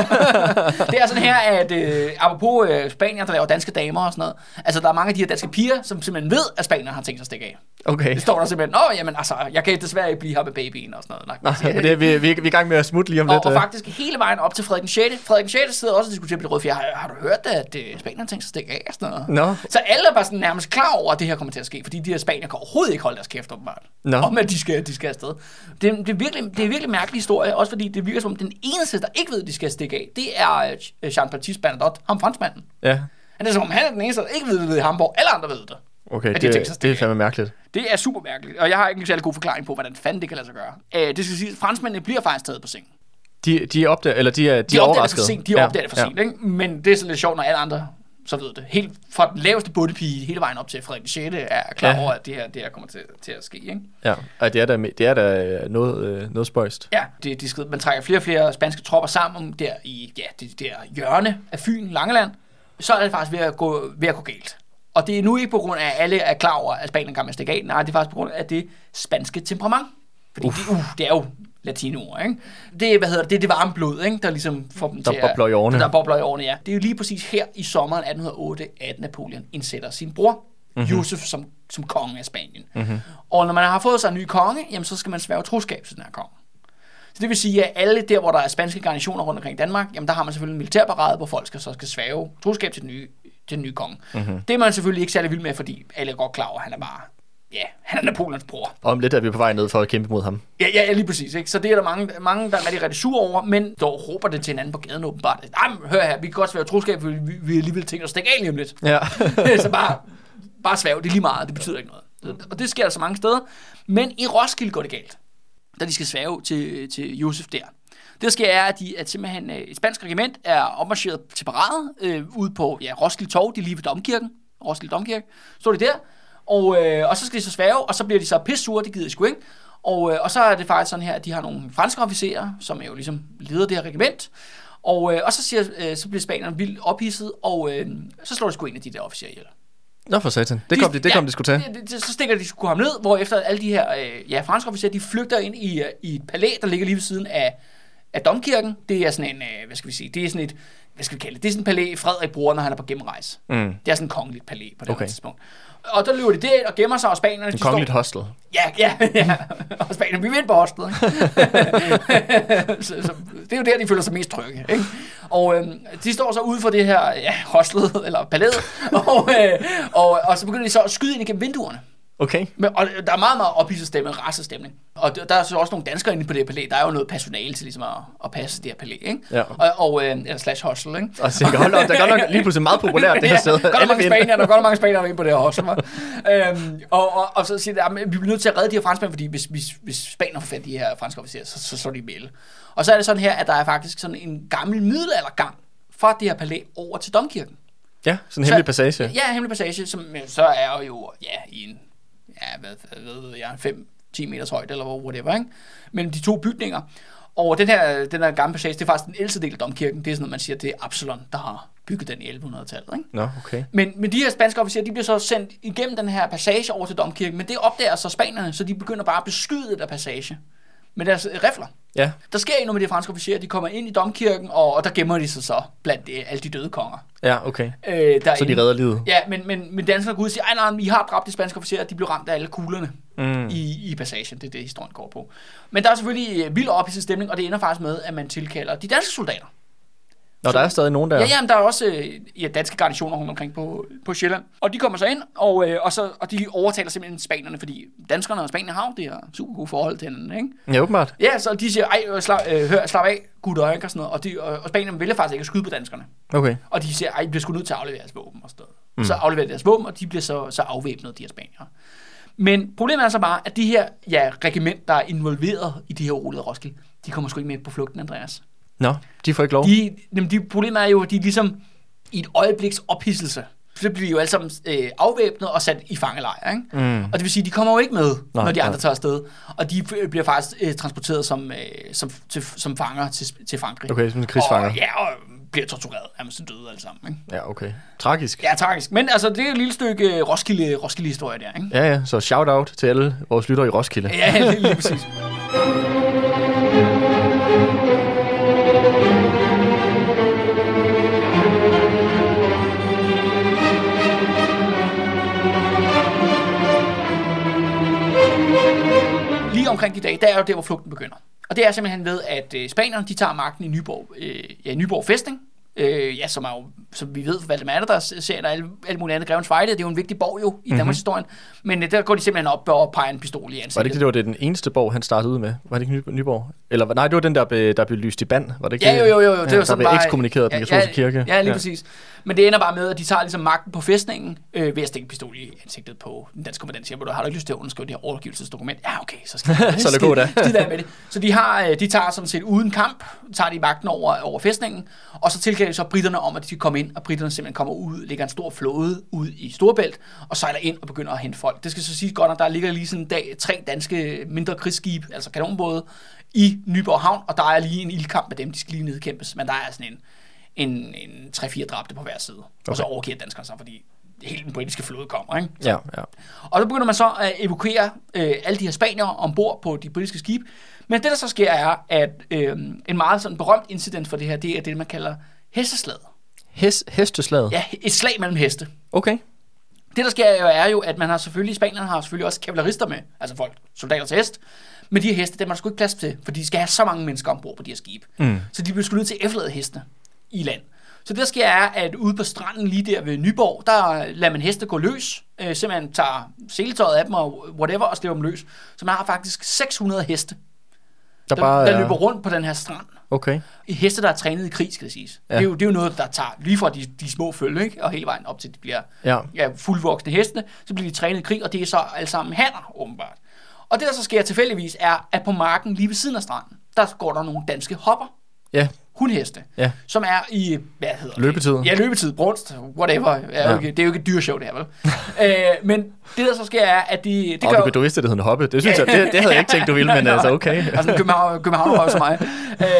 Det er sådan her, at apropos Spanier, der laver danske damer og sådan noget. Altså, der er mange af de her danske piger, som simpelthen ved, at Spanier har tænkt sig at stikke af. Okay. Det står der simpelthen, jamen altså, jeg kan desværre ikke blive her med babyen og sådan noget. Det er, vi er i gang med at smutte lige om lidt. Og faktisk hele vejen op til Frederik den 6. Frederik den 6. sidder også og diskuterer på det røde fjer. Har du hørt, at Spanier har tænkt sig at stikke af og sådan noget? No. Så alle er bare sådan nærmest klar over, at det her kommer til at ske, fordi de her Spanier kan overhovedet ikke holde deres kæft åbenbart. Om at de skal afsted. Det er virkelig mærkelig historie, også fordi det virker som den eneste, der ikke ved, at de skal stikke af, det er Jean-Baptiste Bernadotte, ham franskmanden. Ja. Han er som om han er den eneste, der ikke ved det i Hamburg. Alle andre ved det. Okay, det er fandme mærkeligt. Det er super mærkeligt, og jeg har ikke en særlig god forklaring på, hvordan fanden det kan lade sig gøre. Det skal sige, at franskmændene bliver faktisk taget på sengen. De opdager, eller de er overrasket. De opdager det for sent, ikke? Men det er så lidt sjovt, når alle andre så ved det. Helt fra den laveste bundepige hele vejen op til Frederik den 6. er klar over, at det her kommer til at ske, ikke? Ja, og det er da noget spøjst. Ja, man trækker flere og flere spanske tropper sammen der i det der hjørne af Fyn, Langeland. Så er det faktisk ved at gå galt. Og det er nu ikke på grund af, at alle er klar over, at Spanien kan med stikke af. Nej, det er faktisk på grund af det spanske temperament. Fordi det er jo latinoer, ikke? Det er det varme blod, ikke? Der ligesom får dem til bobler i årene. Der bobler i årene, ja. Det er jo lige præcis her i sommeren 1808, at Napoleon indsætter sin bror, Josef, som konge af Spanien. Mm-hmm. Og når man har fået sig en ny konge, jamen, så skal man sværge troskab til den her konge. Så det vil sige, at alle der, hvor der er spanske garnisoner rundt omkring Danmark, jamen der har man selvfølgelig en militærparade, hvor folk skal sværge troskab til den nye konge. Mm-hmm. Det er man selvfølgelig ikke særlig vild med, fordi alle er godt klar over, at han er bare... Ja, han er Napoleons bror. Og om lidt er vi på vej ned for at kæmpe mod ham. Ja, lige præcis. Ikke? Så det er der mange der er rigtig sure over, men dog råber det til hinanden på gaden åbenbart. Hør her, vi kan godt svære troskab, for vi alligevel tænker at stikke af lige om lidt. Ja. Så bare sværge, det er lige meget, det betyder ikke noget. Og det sker altså mange steder. Men i Roskilde går det galt, da de skal sværge til Josef der. Det der sker er, at simpelthen et spansk regiment er opmarcheret til parade ude på Roskilde Torv, de lige ved Domkirken. Roskilde Domkirke. Står de der. Og så skal de så sværge, og så bliver de så pissure, det gider de sgu ikke. Og så er det faktisk sådan her, at de har nogle franske officerer, som er jo ligesom leder det her regiment. Og så bliver spanierne vildt ophidset, og så slår de sgu en af de der officerer ihjel. Nå for satan, det kom de sgu til. Så stikker de sgu ham ned, hvor efter alle de her franske officerer, de flygter ind i et palæ, der ligger lige ved siden af af domkirken. Det er sådan en, det er sådan et palæ, Frederik bruger, når han er på gennemrejse. Det er sådan en kongeligt palæ på det her tidspunkt. Og der løber de derind og gemmer sig, og spanierne... En kongeligt hostel. Ja. Og spanierne, vi vinder på hostlet, ikke? så det er jo der, de føler sig mest trygge, ikke? Og de står så ude for det her hostlet, eller palæet, og så begynder de så at skyde ind igennem vinduerne. Okay. Og der er meget, meget ophidset stemning, racestemning. Og der er så også nogle danskere inde på det palæ. Der er jo noget personale til ligesom at passe det her palæ, ikke? Ja. Eller slash hostel, ikke? Og så hold op, der er godt nok lige pludselig meget populært det her sted. Der er mange spaniere inde på det her hostel. Og så siger de, at vi bliver nødt til at redde de her franskmænd, fordi hvis spanierne får fat de her franske officerer, så slår de ihjel. Og så er det sådan her, at der er faktisk sådan en gammel middelaldergang fra det her palæ over til domkirken. Ja, sådan en hemmelig passage. Ja, hemmelig passage, som så er jo i en 5-10 meters højde, eller whatever, ikke? Mellem de to bygninger. Og den her gamle passage, det er faktisk den ældste del af domkirken. Det er sådan noget, man siger, det er Absalon, der har bygget den i 1100-tallet, ikke? Nå, okay. Men de her spanske officerer, de bliver så sendt igennem den her passage over til domkirken, men det opdager så spanierne, så de begynder bare at beskyde den passage med deres rifler. Ja. Der sker ikke noget med de franske officerer, de kommer ind i domkirken, og der gemmer de sig så blandt alle de døde konger. Ja, okay. Så de redder livet. Ja, men danskerne går ud og siger, nej, I har dræbt de spanske officerer, de blev ramt af alle kuglerne i passagen. Det er det, historien går på. Men der er selvfølgelig vild ophidset stemning, og det ender faktisk med, at man tilkalder de danske soldater. Nå, der er stadig nogen der. Ja, men der er også danske garnisoner rundt omkring på Sjælland. Og de kommer så ind, og de overtaler simpelthen spanierne, fordi danskerne og spanierne har det her super gode forhold til hinanden, ikke? Ja, åbenbart. Ja, så de siger, slap af, gutter, ikke? Og sådan noget. Og spanierne vælger faktisk ikke at skyde på danskerne. Okay. Og de siger, I bliver sgu nødt til at aflevere deres våben og sådan noget. Så afleverer deres våben, og de bliver så afvæbnet, de her spaniere. Men problemet er så bare, at de her regiment, der er involveret i de her urolighederne i Roskilde, de kommer sgu ikke med på flugten, Andreas. Nå, de får ikke lov. Problemet er jo, at de ligesom i et øjebliks ophidselse, så bliver de jo alle sammen afvæbnet og sat i fangelejre, ikke? Og det vil sige, at de kommer jo ikke med, når de andre tager afsted. Og de bliver faktisk transporteret som fanger til Frankrig. Okay, som krigsfanger. Og bliver tortureret, så døde alle sammen, ikke? Ja, okay. Tragisk. Ja, tragisk. Men altså, det er et lille stykke Roskilde-historie der, ikke? Ja, så shout-out til alle vores lyttere i Roskilde. Ja, lige præcis. Lige omkring de dage, der er jo der, hvor flugten begynder. Og det er simpelthen ved, at spanierne, de tager magten i Nyborg Fæstning, som vi ved, Valdemar der ser der alle mulige andre Grevens Fejde. Det er jo en vigtig borg jo i Danmarks historien. Men der går de simpelthen op og peger en pistol i ansigtet. Var det ikke det, var den eneste borg, han startede ud med? Var det ikke Nyborg? Eller nej, det var den, der blev lyst i band. Var det ikke jo. Det var der blev ekskommunikeret den katolske kirke. Ja, lige præcis. Men det ender bare med, at de tager ligesom magten på fæstningen ved at stikke en pistol i ansigtet på den danske kommandant. Siger, har du ikke lyst til at underskrive det her overgivelsesdokument? Ja, okay, så skal så er det god da. Med det. Så de tager sådan set uden kamp, tager de magten over fæstningen, og så tilkalder de så britterne om, at de kommer ind, og britterne simpelthen kommer ud, lægger en stor flåde ud i Storebælt, og sejler ind og begynder at hente folk. Det skal så sige godt, at der ligger lige sådan 3 danske mindre krigsskibe, altså kanonbåde, i Nyborg Havn, og der er lige en ildkamp med dem, de skal lige nedkæmpes, men der er sådan en 3-4 dræbte på hver side. Okay. Og så overgiver danskerne sig, fordi hele den britiske flåde kommer, ikke? Ja. Og så begynder man så at evakuere alle de her spaniere ombord på de britiske skibe. Men det, der så sker, er, at en meget sådan berømt incident for det her, det er det, man kalder hesteslaget. Hesteslaget? Ja, et slag mellem heste. Okay. Det, der sker er jo, at spanierne har selvfølgelig også kavalerister med, altså folk, soldater til hest. Men de her heste, dem er der sgu ikke plads til, for de skal have så mange mennesker ombord på de her skibe. Så de bliver sgu nødt til at efterlade hestene i land. Så det, der sker, er, at ude på stranden lige der ved Nyborg, der lader man heste gå løs. Simpelthen tager seletøjet af dem og whatever og slæber dem løs. Så man har faktisk 600 heste, der løber rundt på den her strand. Okay. Heste, der er trænet i krig, skal det siges. Ja. Det er jo noget, der tager lige fra de små følge, ikke? Og hele vejen op til de bliver fuldvoksne heste. Så bliver de trænet i krig, og det er så alle sammen hanner, åbenbart. Og det, der så sker tilfældigvis, er, at på marken lige ved siden af stranden, der går der nogle danske hopper. Ja. Hundheste, som er i, hvad hedder løbetid. Ja, løbetid, brunst, whatever. Det er jo ikke et dyreshow, det her, vel? Men det, der så sker, er, at de... Du vidste, det hedder hoppe. Det synes jeg, det havde jeg ikke tænkt, du ville, men altså okay. Altså, København som mig.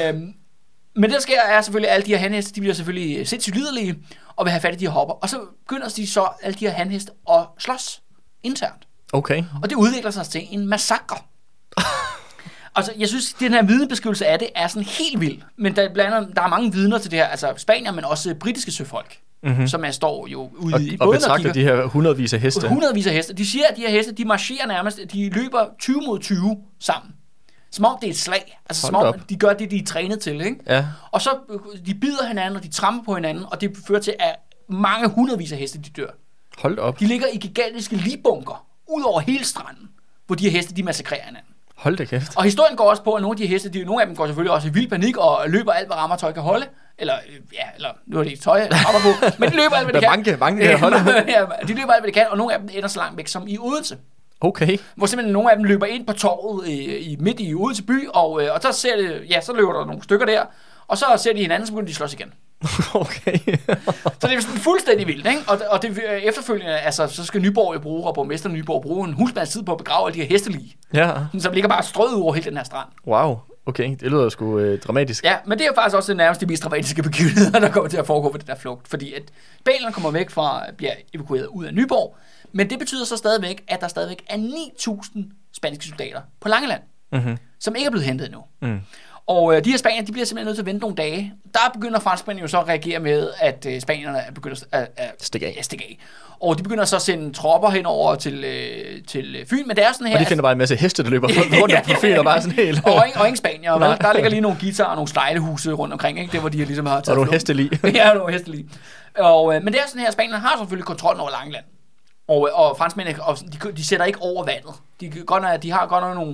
Men det, der sker, er selvfølgelig, at alle de her hanheste, de bliver selvfølgelig sindssygt liderlige, og vil have fat i de her hopper. Og så begynder de så, alle de her hanheste, at slås internt. Okay. Og det udvikler sig til en massakre. Altså, jeg synes, den her vidnebeskrivelse af det er sådan helt vild. Men der er mange vidner til det her, altså spanier, men også britiske søfolk, som står jo ude i båden og betragter de her hundredvis af heste. Hundredvis af heste. De siger, at de her heste, de marcherer nærmest, de løber 20 mod 20 sammen. Som om det er et slag. Altså som om de gør det, de er trænet til, ikke? Ja. Og så de bider hinanden, og de tramper på hinanden, og det fører til, at mange hundredvis af heste, de dør. Hold op. De ligger i gigantiske ligbunker ud over hele stranden, hvor de her heste, de massakrerer hinanden. Hold da kæft. Og historien går også på, at nogle af de heste, nogle af dem går selvfølgelig også i vild panik og løber alt, hvad rammertøj kan holde. Eller nu er det ikke tøj, jeg rammer på, men de løber alt, hvad de kan. Mange kan holde. Ja, de løber alt, hvad de kan, og nogle af dem ender så langt væk som i Odense. Okay. Hvor simpelthen nogle af dem løber ind på torvet midt i Odense by, og så løber der nogle stykker der, og så ser de hinanden, så begynder de slås igen. Okay. Så det er sådan fuldstændig vildt, ikke? Og det efterfølgende, altså, så skal Nyborg jo bruge, og borgmester Nyborg bruge en husmands tid på at begrave alle de her hestelige. Ja. Som ligger bare strøget over hele den her strand. Wow. Okay, det lyder sgu dramatisk. Ja, men det er jo faktisk også nærmest de mest dramatiske begivenheder, der kommer til at foregå ved det der flugt. Fordi at spanierne kommer væk fra, bliver evakueret ud af Nyborg, men det betyder så stadigvæk, at der stadigvæk er 9.000 spanske soldater på Langeland, som ikke er blevet hentet endnu. Mm. Og de her spanier, de bliver simpelthen nødt til at vente nogle dage. Der begynder franskmændene jo så at reagere med, at spanierne er begyndt at stikke af. Og de begynder så at sende tropper henover til Fyn, men det er sådan her... Og de finder bare en masse heste, der løber rundt på Fyn, og bare sådan helt... og ingen spanier, vel? Der ligger lige nogle guitarer og nogle stejlehuse rundt omkring, ikke? Det hvor de ligesom har taget... Og nogle hestelig. Ja, nogle hestelig. Men det er sådan her, spanierne har selvfølgelig kontrollen over Langeland. Og franskmændene, de sætter ikke over vandet. De har godt nok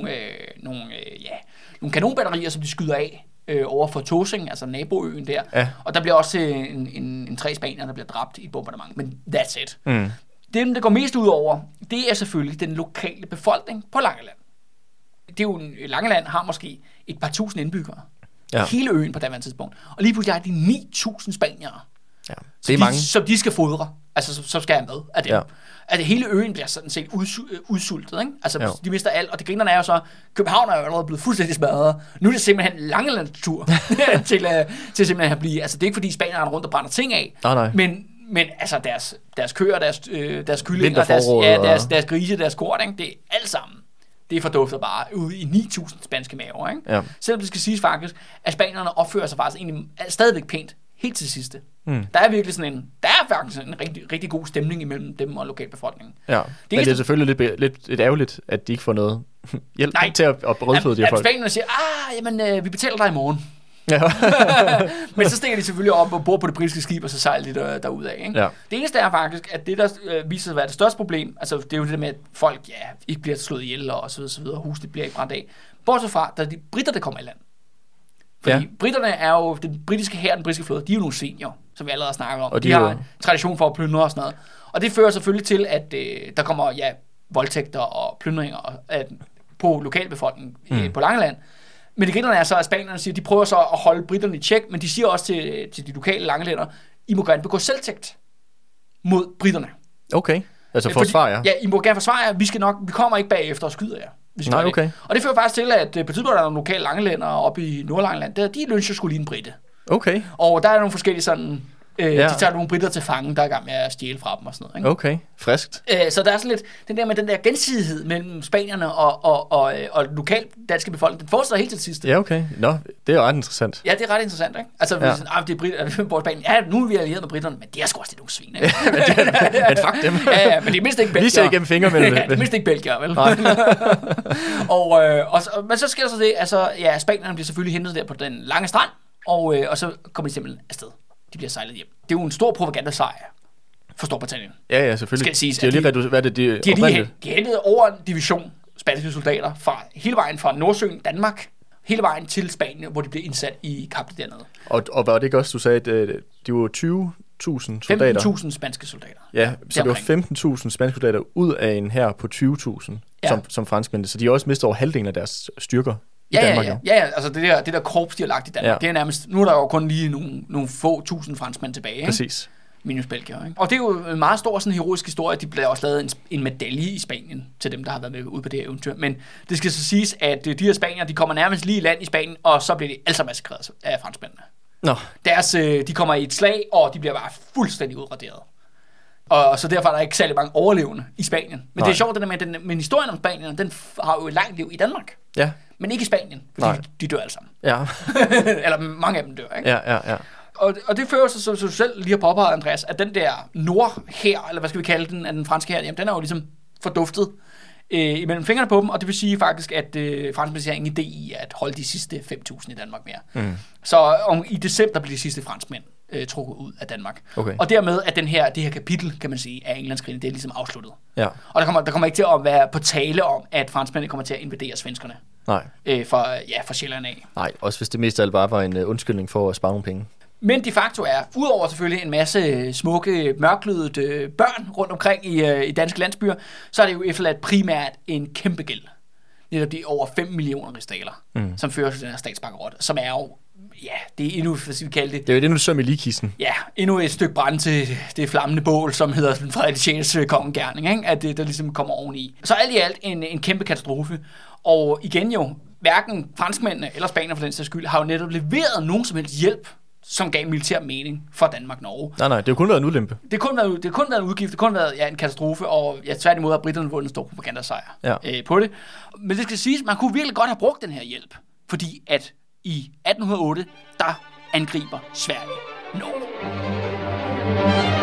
nogle kanonbatterier, som de skyder af over for Tåsing, altså naboøen der. Ja. Og der bliver også en 3 spanier, der bliver dræbt i et bombardement. Men that's it. Mm. Det, der går mest ud over, det er selvfølgelig den lokale befolkning på Langeland. Det er jo, Langeland har måske et par tusind indbyggere. Ja. Hele øen på daværende tidspunkt. Og lige pludselig har de 9.000 spaniere. Ja. Det er mange. Som de skal fodre. Altså, så skal jeg med af dem. Ja. At hele øen bliver sådan set udsultet, ikke? Altså, de mister alt, og det grinerne er jo så, København er jo allerede blevet fuldstændig smadret. Nu er det simpelthen Langelands tur til simpelthen at blive, altså det er ikke fordi Spanierne er rundt og brænder ting af, nej. Men altså deres køer, deres kyllinger, deres grise, deres kort, ikke? Det er alt sammen. Det fordufter bare ude i 9.000 spanske maver, ikke? Ja. Selvom det skal siges faktisk, at spanierne opfører sig faktisk egentlig stadigvæk pænt helt til sidste. Der er virkelig sådan en rigtig, rigtig god stemning imellem dem og lokalbefolkningen. Ja, men det er selvfølgelig lidt ærgerligt, at de ikke får noget hjælp til at brødføde de her folk. Spanierne siger, vi betaler dig i morgen. Ja. Men så stikker de selvfølgelig op og bor på det britiske skib, og så sejler de derudad. Ikke? Ja. Det eneste er faktisk, at det, der viser sig at være det største problem, altså det er jo det med, at folk ikke bliver slået ihjel og så videre, husene bliver ikke brændt af. Bortset fra, da de britter, der kommer i land. Fordi britterne er jo, den britiske hær, den britiske flåde, de er jo nogle senior, som vi allerede snakker om. Og de har en tradition for at plyndre og sådan noget. Og det fører selvfølgelig til, at der kommer voldtægter og plyndringer på lokalbefolkningen på Langeland. Men det grinerne er så, at spanierne siger, de prøver så at holde britterne i tjek, men de siger også til de lokale langelænder, I må gerne begå selvtægt mod britterne. Okay, altså forsvar jer. Ja, I må gerne forsvare jer, vi kommer ikke bagefter og skyder jer. Nej, okay. Og det fører faktisk til, at på tidspunkt er der nogle lokale langelænder oppe i Nordlangeland, de lyncher sgu lige en britte. Okay. Og der er nogle forskellige sådan... De tager nogle britter til fange, der er i gang med at stjæle fra dem og sådan noget. Ikke? Okay, friskt. Så der er sådan lidt den der gensidighed mellem spanierne og lokal danske befolkning, den fortsætter helt til sidste. Ja, okay. Nå, det er ret interessant. Ja, det er ret interessant, ikke? Altså, det er britter, Spanien. Ja, nu er vi allieret med britterne, men det er sgu også lidt nogle svin, ikke? men fuck dem. Ja, men det er mindst ikke belgier. Vi ser igennem fingre med det. Det er mindst ikke belgier, vel? Men så sker der så det, altså, spanierne bliver selvfølgelig hentet der på den lange strand, og så kommer de simpelthen afsted. De bliver sejlet hjem. Det er jo en stor propagandasejr for Storbritannien. Ja, selvfølgelig. Skal siges, de har hentet over en division spanske soldater fra hele vejen fra Nordsøen, Danmark, hele vejen til Spanien, hvor de blev indsat i kampene dernede. Og var det ikke også, du sagde, at de var 20.000 soldater? 15.000 spanske soldater. Ja, så det var 15.000 spanske soldater ud af en hær på 20.000 som franskmændene. Så de har også mistet over halvdelen af deres styrker. Altså det der korps, de har lagt i Danmark, det er nærmest, nu er der jo kun lige nogle få tusind franskmænd tilbage, ikke? Præcis. Minus belgier, ikke? Og det er jo en meget stor sådan heroisk historie, de blev også lavet en medalje i Spanien til dem, der har været med ude på det her eventyr, men det skal så siges, at de her spanier, de kommer nærmest lige i land i Spanien, og så bliver de altså massakreret af franskmændene. De kommer i et slag, og de bliver bare fuldstændig udraderet. Og så derfor er der ikke særlig mange overlevende i Spanien. Men det er sjovt, det der med historien om Spanien, den har jo et langt liv i Danmark. Ja. Men ikke i Spanien, fordi de dør alle sammen. Ja. Eller mange af dem dør, ikke? Ja. Og det fører sig, som du selv lige har påpeget, Andreas, at den der nordhær, eller hvad skal vi kalde den, af den franske hær, jamen den er jo ligesom forduftet imellem fingrene på dem, og det vil sige faktisk, at franskmændene har ingen idé i at holde de sidste 5.000 i Danmark mere. Så i december bliver de sidste franskmænd trukket ud af Danmark. Okay. Og dermed er det her kapitel, kan man sige, af Englandskrigen, det er ligesom afsluttet. Ja. Og der kommer ikke til at være på tale om, at franskmændene kommer til at invadere svenskerne. Nej. For Sjælland af. Nej, også hvis det mest af alt bare var en undskyldning for at spare nogle penge. Men de facto er, udover selvfølgelig en masse smukke, mørklødede børn rundt omkring i danske landsbyer, så er det jo efterladt primært en kæmpe gæld. Netop de over 5 millioner rigsdaler, som fører til den her statsbankerot, som er jo, det er endnu, hvad skal vi kalde det? Det er jo endnu søm i ligkisten. Ja, endnu et stykke brand til det flammende bål, som hedder Frederik Tjenes kongegerning, ikke? At det der ligesom kommer oveni. Så alt i alt en kæmpe katastrofe. Og igen jo, hverken franskmændene eller spanierne for den sags skyld, har jo netop leveret nogen som helst hjælp, som gav militær mening for Danmark-Norge. Nej, det har kun været en ulempe. Det har kun været en udgift, det har kun været en katastrofe, og tværtimod har britterne vundet en stor propagandasejr på det. Men det skal siges, man kunne virkelig godt have brugt den her hjælp, fordi at i 1808, der angriber Sverige Norge.